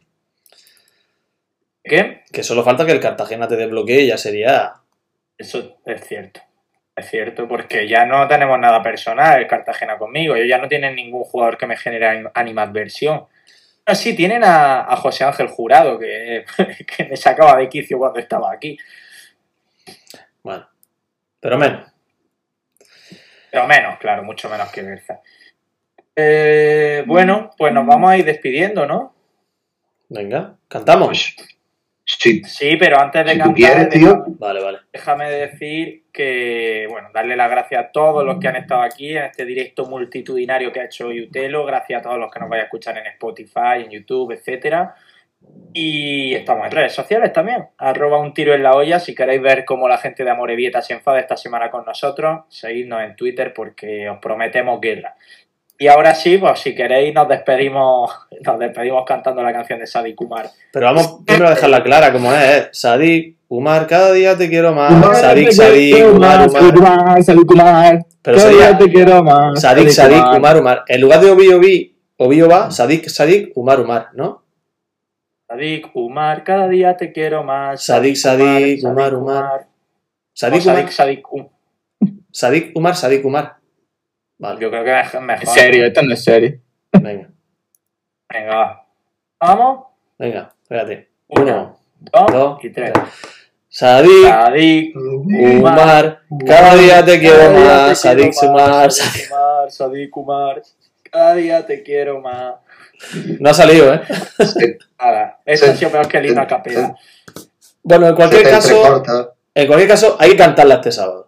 Speaker 3: ¿Qué?
Speaker 4: Que solo falta que el Cartagena te desbloquee y ya sería...
Speaker 3: Eso es cierto. Es cierto, porque ya no tenemos nada personal el Cartagena conmigo. Ellos ya no tienen ningún jugador que me genere animadversión. Pero sí, tienen a, a José Ángel Jurado, que, que me sacaba de quicio cuando estaba aquí.
Speaker 4: Bueno, pero menos.
Speaker 3: Pero menos, claro, mucho menos que Berza. Eh, bueno, pues nos vamos a ir despidiendo, ¿no?
Speaker 4: Venga, ¿cantamos?
Speaker 6: Sí.
Speaker 3: Sí, pero antes de
Speaker 6: Si
Speaker 3: cantar,
Speaker 6: tú quieres, tío.
Speaker 3: déjame,
Speaker 4: Vale, vale.
Speaker 3: déjame decir que, bueno, darle las gracias a todos los que han estado aquí en este directo multitudinario que ha hecho Utelo. Gracias a todos los que nos vais a escuchar en Spotify, en YouTube, etcétera. Y estamos en redes sociales también, arroba un tiro en la olla. Si queréis ver cómo la gente de Amorebieta se enfada esta semana con nosotros, seguidnos en Twitter porque os prometemos guerra. Y ahora sí, pues si queréis nos despedimos nos despedimos cantando la canción de Sadik Umar.
Speaker 4: Pero vamos primero a dejarla clara como es, ¿eh? Sadik Umar, cada día te quiero más. Sadik, Sadik, Umar, Umar.
Speaker 5: Sadik Umar.
Speaker 4: Pero
Speaker 5: Cada
Speaker 4: sería
Speaker 5: día te quiero más.
Speaker 4: Sadik, Sadik, Umar, Umar. En lugar de Obi, Obi, Obi, Oba, Sadik, Sadik, Umar, Umar, ¿no?
Speaker 3: Sadik Umar, cada día te quiero más.
Speaker 4: Sadik, Sadik, Umar, Umar. Sadik,
Speaker 3: Sadik,
Speaker 4: Umar,
Speaker 3: Sadik, um.
Speaker 4: Sadik, Umar, Sadik, Umar. Vale,
Speaker 3: Yo creo que es mejor.
Speaker 5: En serio, esto no es serio.
Speaker 4: venga,
Speaker 3: Venga, va. ¿Vamos?
Speaker 4: venga, espérate.
Speaker 3: Uno,
Speaker 4: Uno,
Speaker 3: dos,
Speaker 4: dos,
Speaker 3: y tres.
Speaker 4: tres. Sadik,
Speaker 3: Sadik
Speaker 4: Umar, cada día te quiero
Speaker 3: cada día te
Speaker 4: más. Sadik,
Speaker 3: quiero
Speaker 4: Umar,
Speaker 3: más,
Speaker 4: Sadik.
Speaker 3: Sadik Umar, Sadik Umar, cada día te quiero más.
Speaker 4: No ha salido, ¿eh?
Speaker 6: Se,
Speaker 3: Nada, eso
Speaker 6: Sí.
Speaker 3: ha sido peor que el himno a capela.
Speaker 4: Bueno, en
Speaker 6: se
Speaker 4: cualquier
Speaker 6: te
Speaker 4: caso,
Speaker 6: entrecorta.
Speaker 4: en cualquier caso, hay que cantarla este sábado.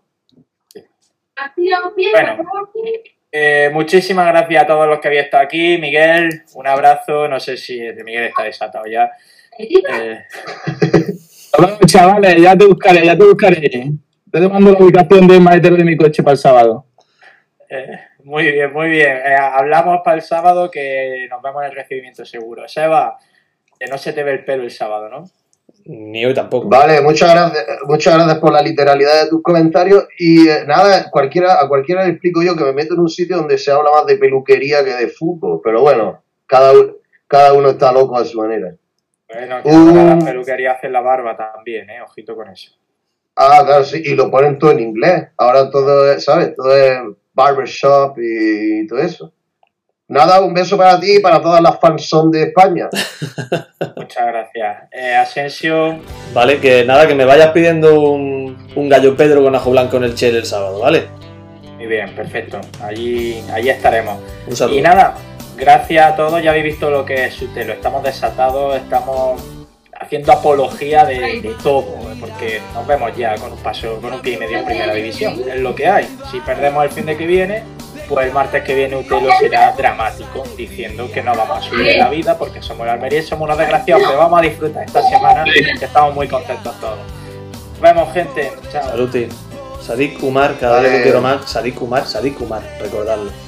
Speaker 3: Bueno, eh, muchísimas gracias a todos los que habéis estado aquí. Miguel, un abrazo. No sé si Miguel está desatado ya. Eh,
Speaker 5: Bueno, chavales, ya te buscaré, ya te buscaré. Te mando la ubicación del maletero de mi coche para el sábado.
Speaker 3: eh, muy bien, muy bien. Eh, hablamos para el sábado, que nos vemos en el recibimiento seguro. Seba, que no se te ve el pelo el sábado, ¿no?
Speaker 4: Ni hoy tampoco.
Speaker 6: Vale, muchas gracias, muchas gracias por la literalidad de tus comentarios. Y eh, nada, cualquiera, a cualquiera le explico yo que me meto en un sitio donde se habla más de peluquería que de fútbol. Pero bueno, cada, u- cada uno está loco a su manera.
Speaker 3: Bueno, que
Speaker 6: Uh.
Speaker 3: ahora las peluquerías hacen la barba también, ¿eh? Ojito con eso.
Speaker 6: Ah, claro, sí, y lo ponen todo en inglés. Ahora todo es, ¿sabes? Todo es barbershop y todo eso. Nada, un beso para ti y para todas las fans de España.
Speaker 3: Muchas gracias. Eh, Asensio,
Speaker 4: Vale, que nada, que me vayas pidiendo un, un gallo Pedro con ajo blanco en el Che el sábado, ¿vale?
Speaker 3: muy bien, perfecto. Allí, allí estaremos.
Speaker 4: Un saludo.
Speaker 3: Y nada, gracias a todos. Ya habéis visto lo que es Utelo. Estamos desatados, estamos haciendo apología de, de todo, porque nos vemos ya con un paso, con un pie y medio en primera división. Es lo que hay. Si perdemos el fin de que viene, pues el martes que viene Utelo será dramático, diciendo que no vamos a subir en la vida porque somos el Almería y somos unos desgraciados, pero vamos a disfrutar esta semana, que estamos muy contentos todos. Nos vemos, gente. Chao.
Speaker 4: Saluti. Sadik Umar, cada
Speaker 6: Vale.
Speaker 4: día te quiero más. Sadik Umar, Sadik Umar, recordadlo.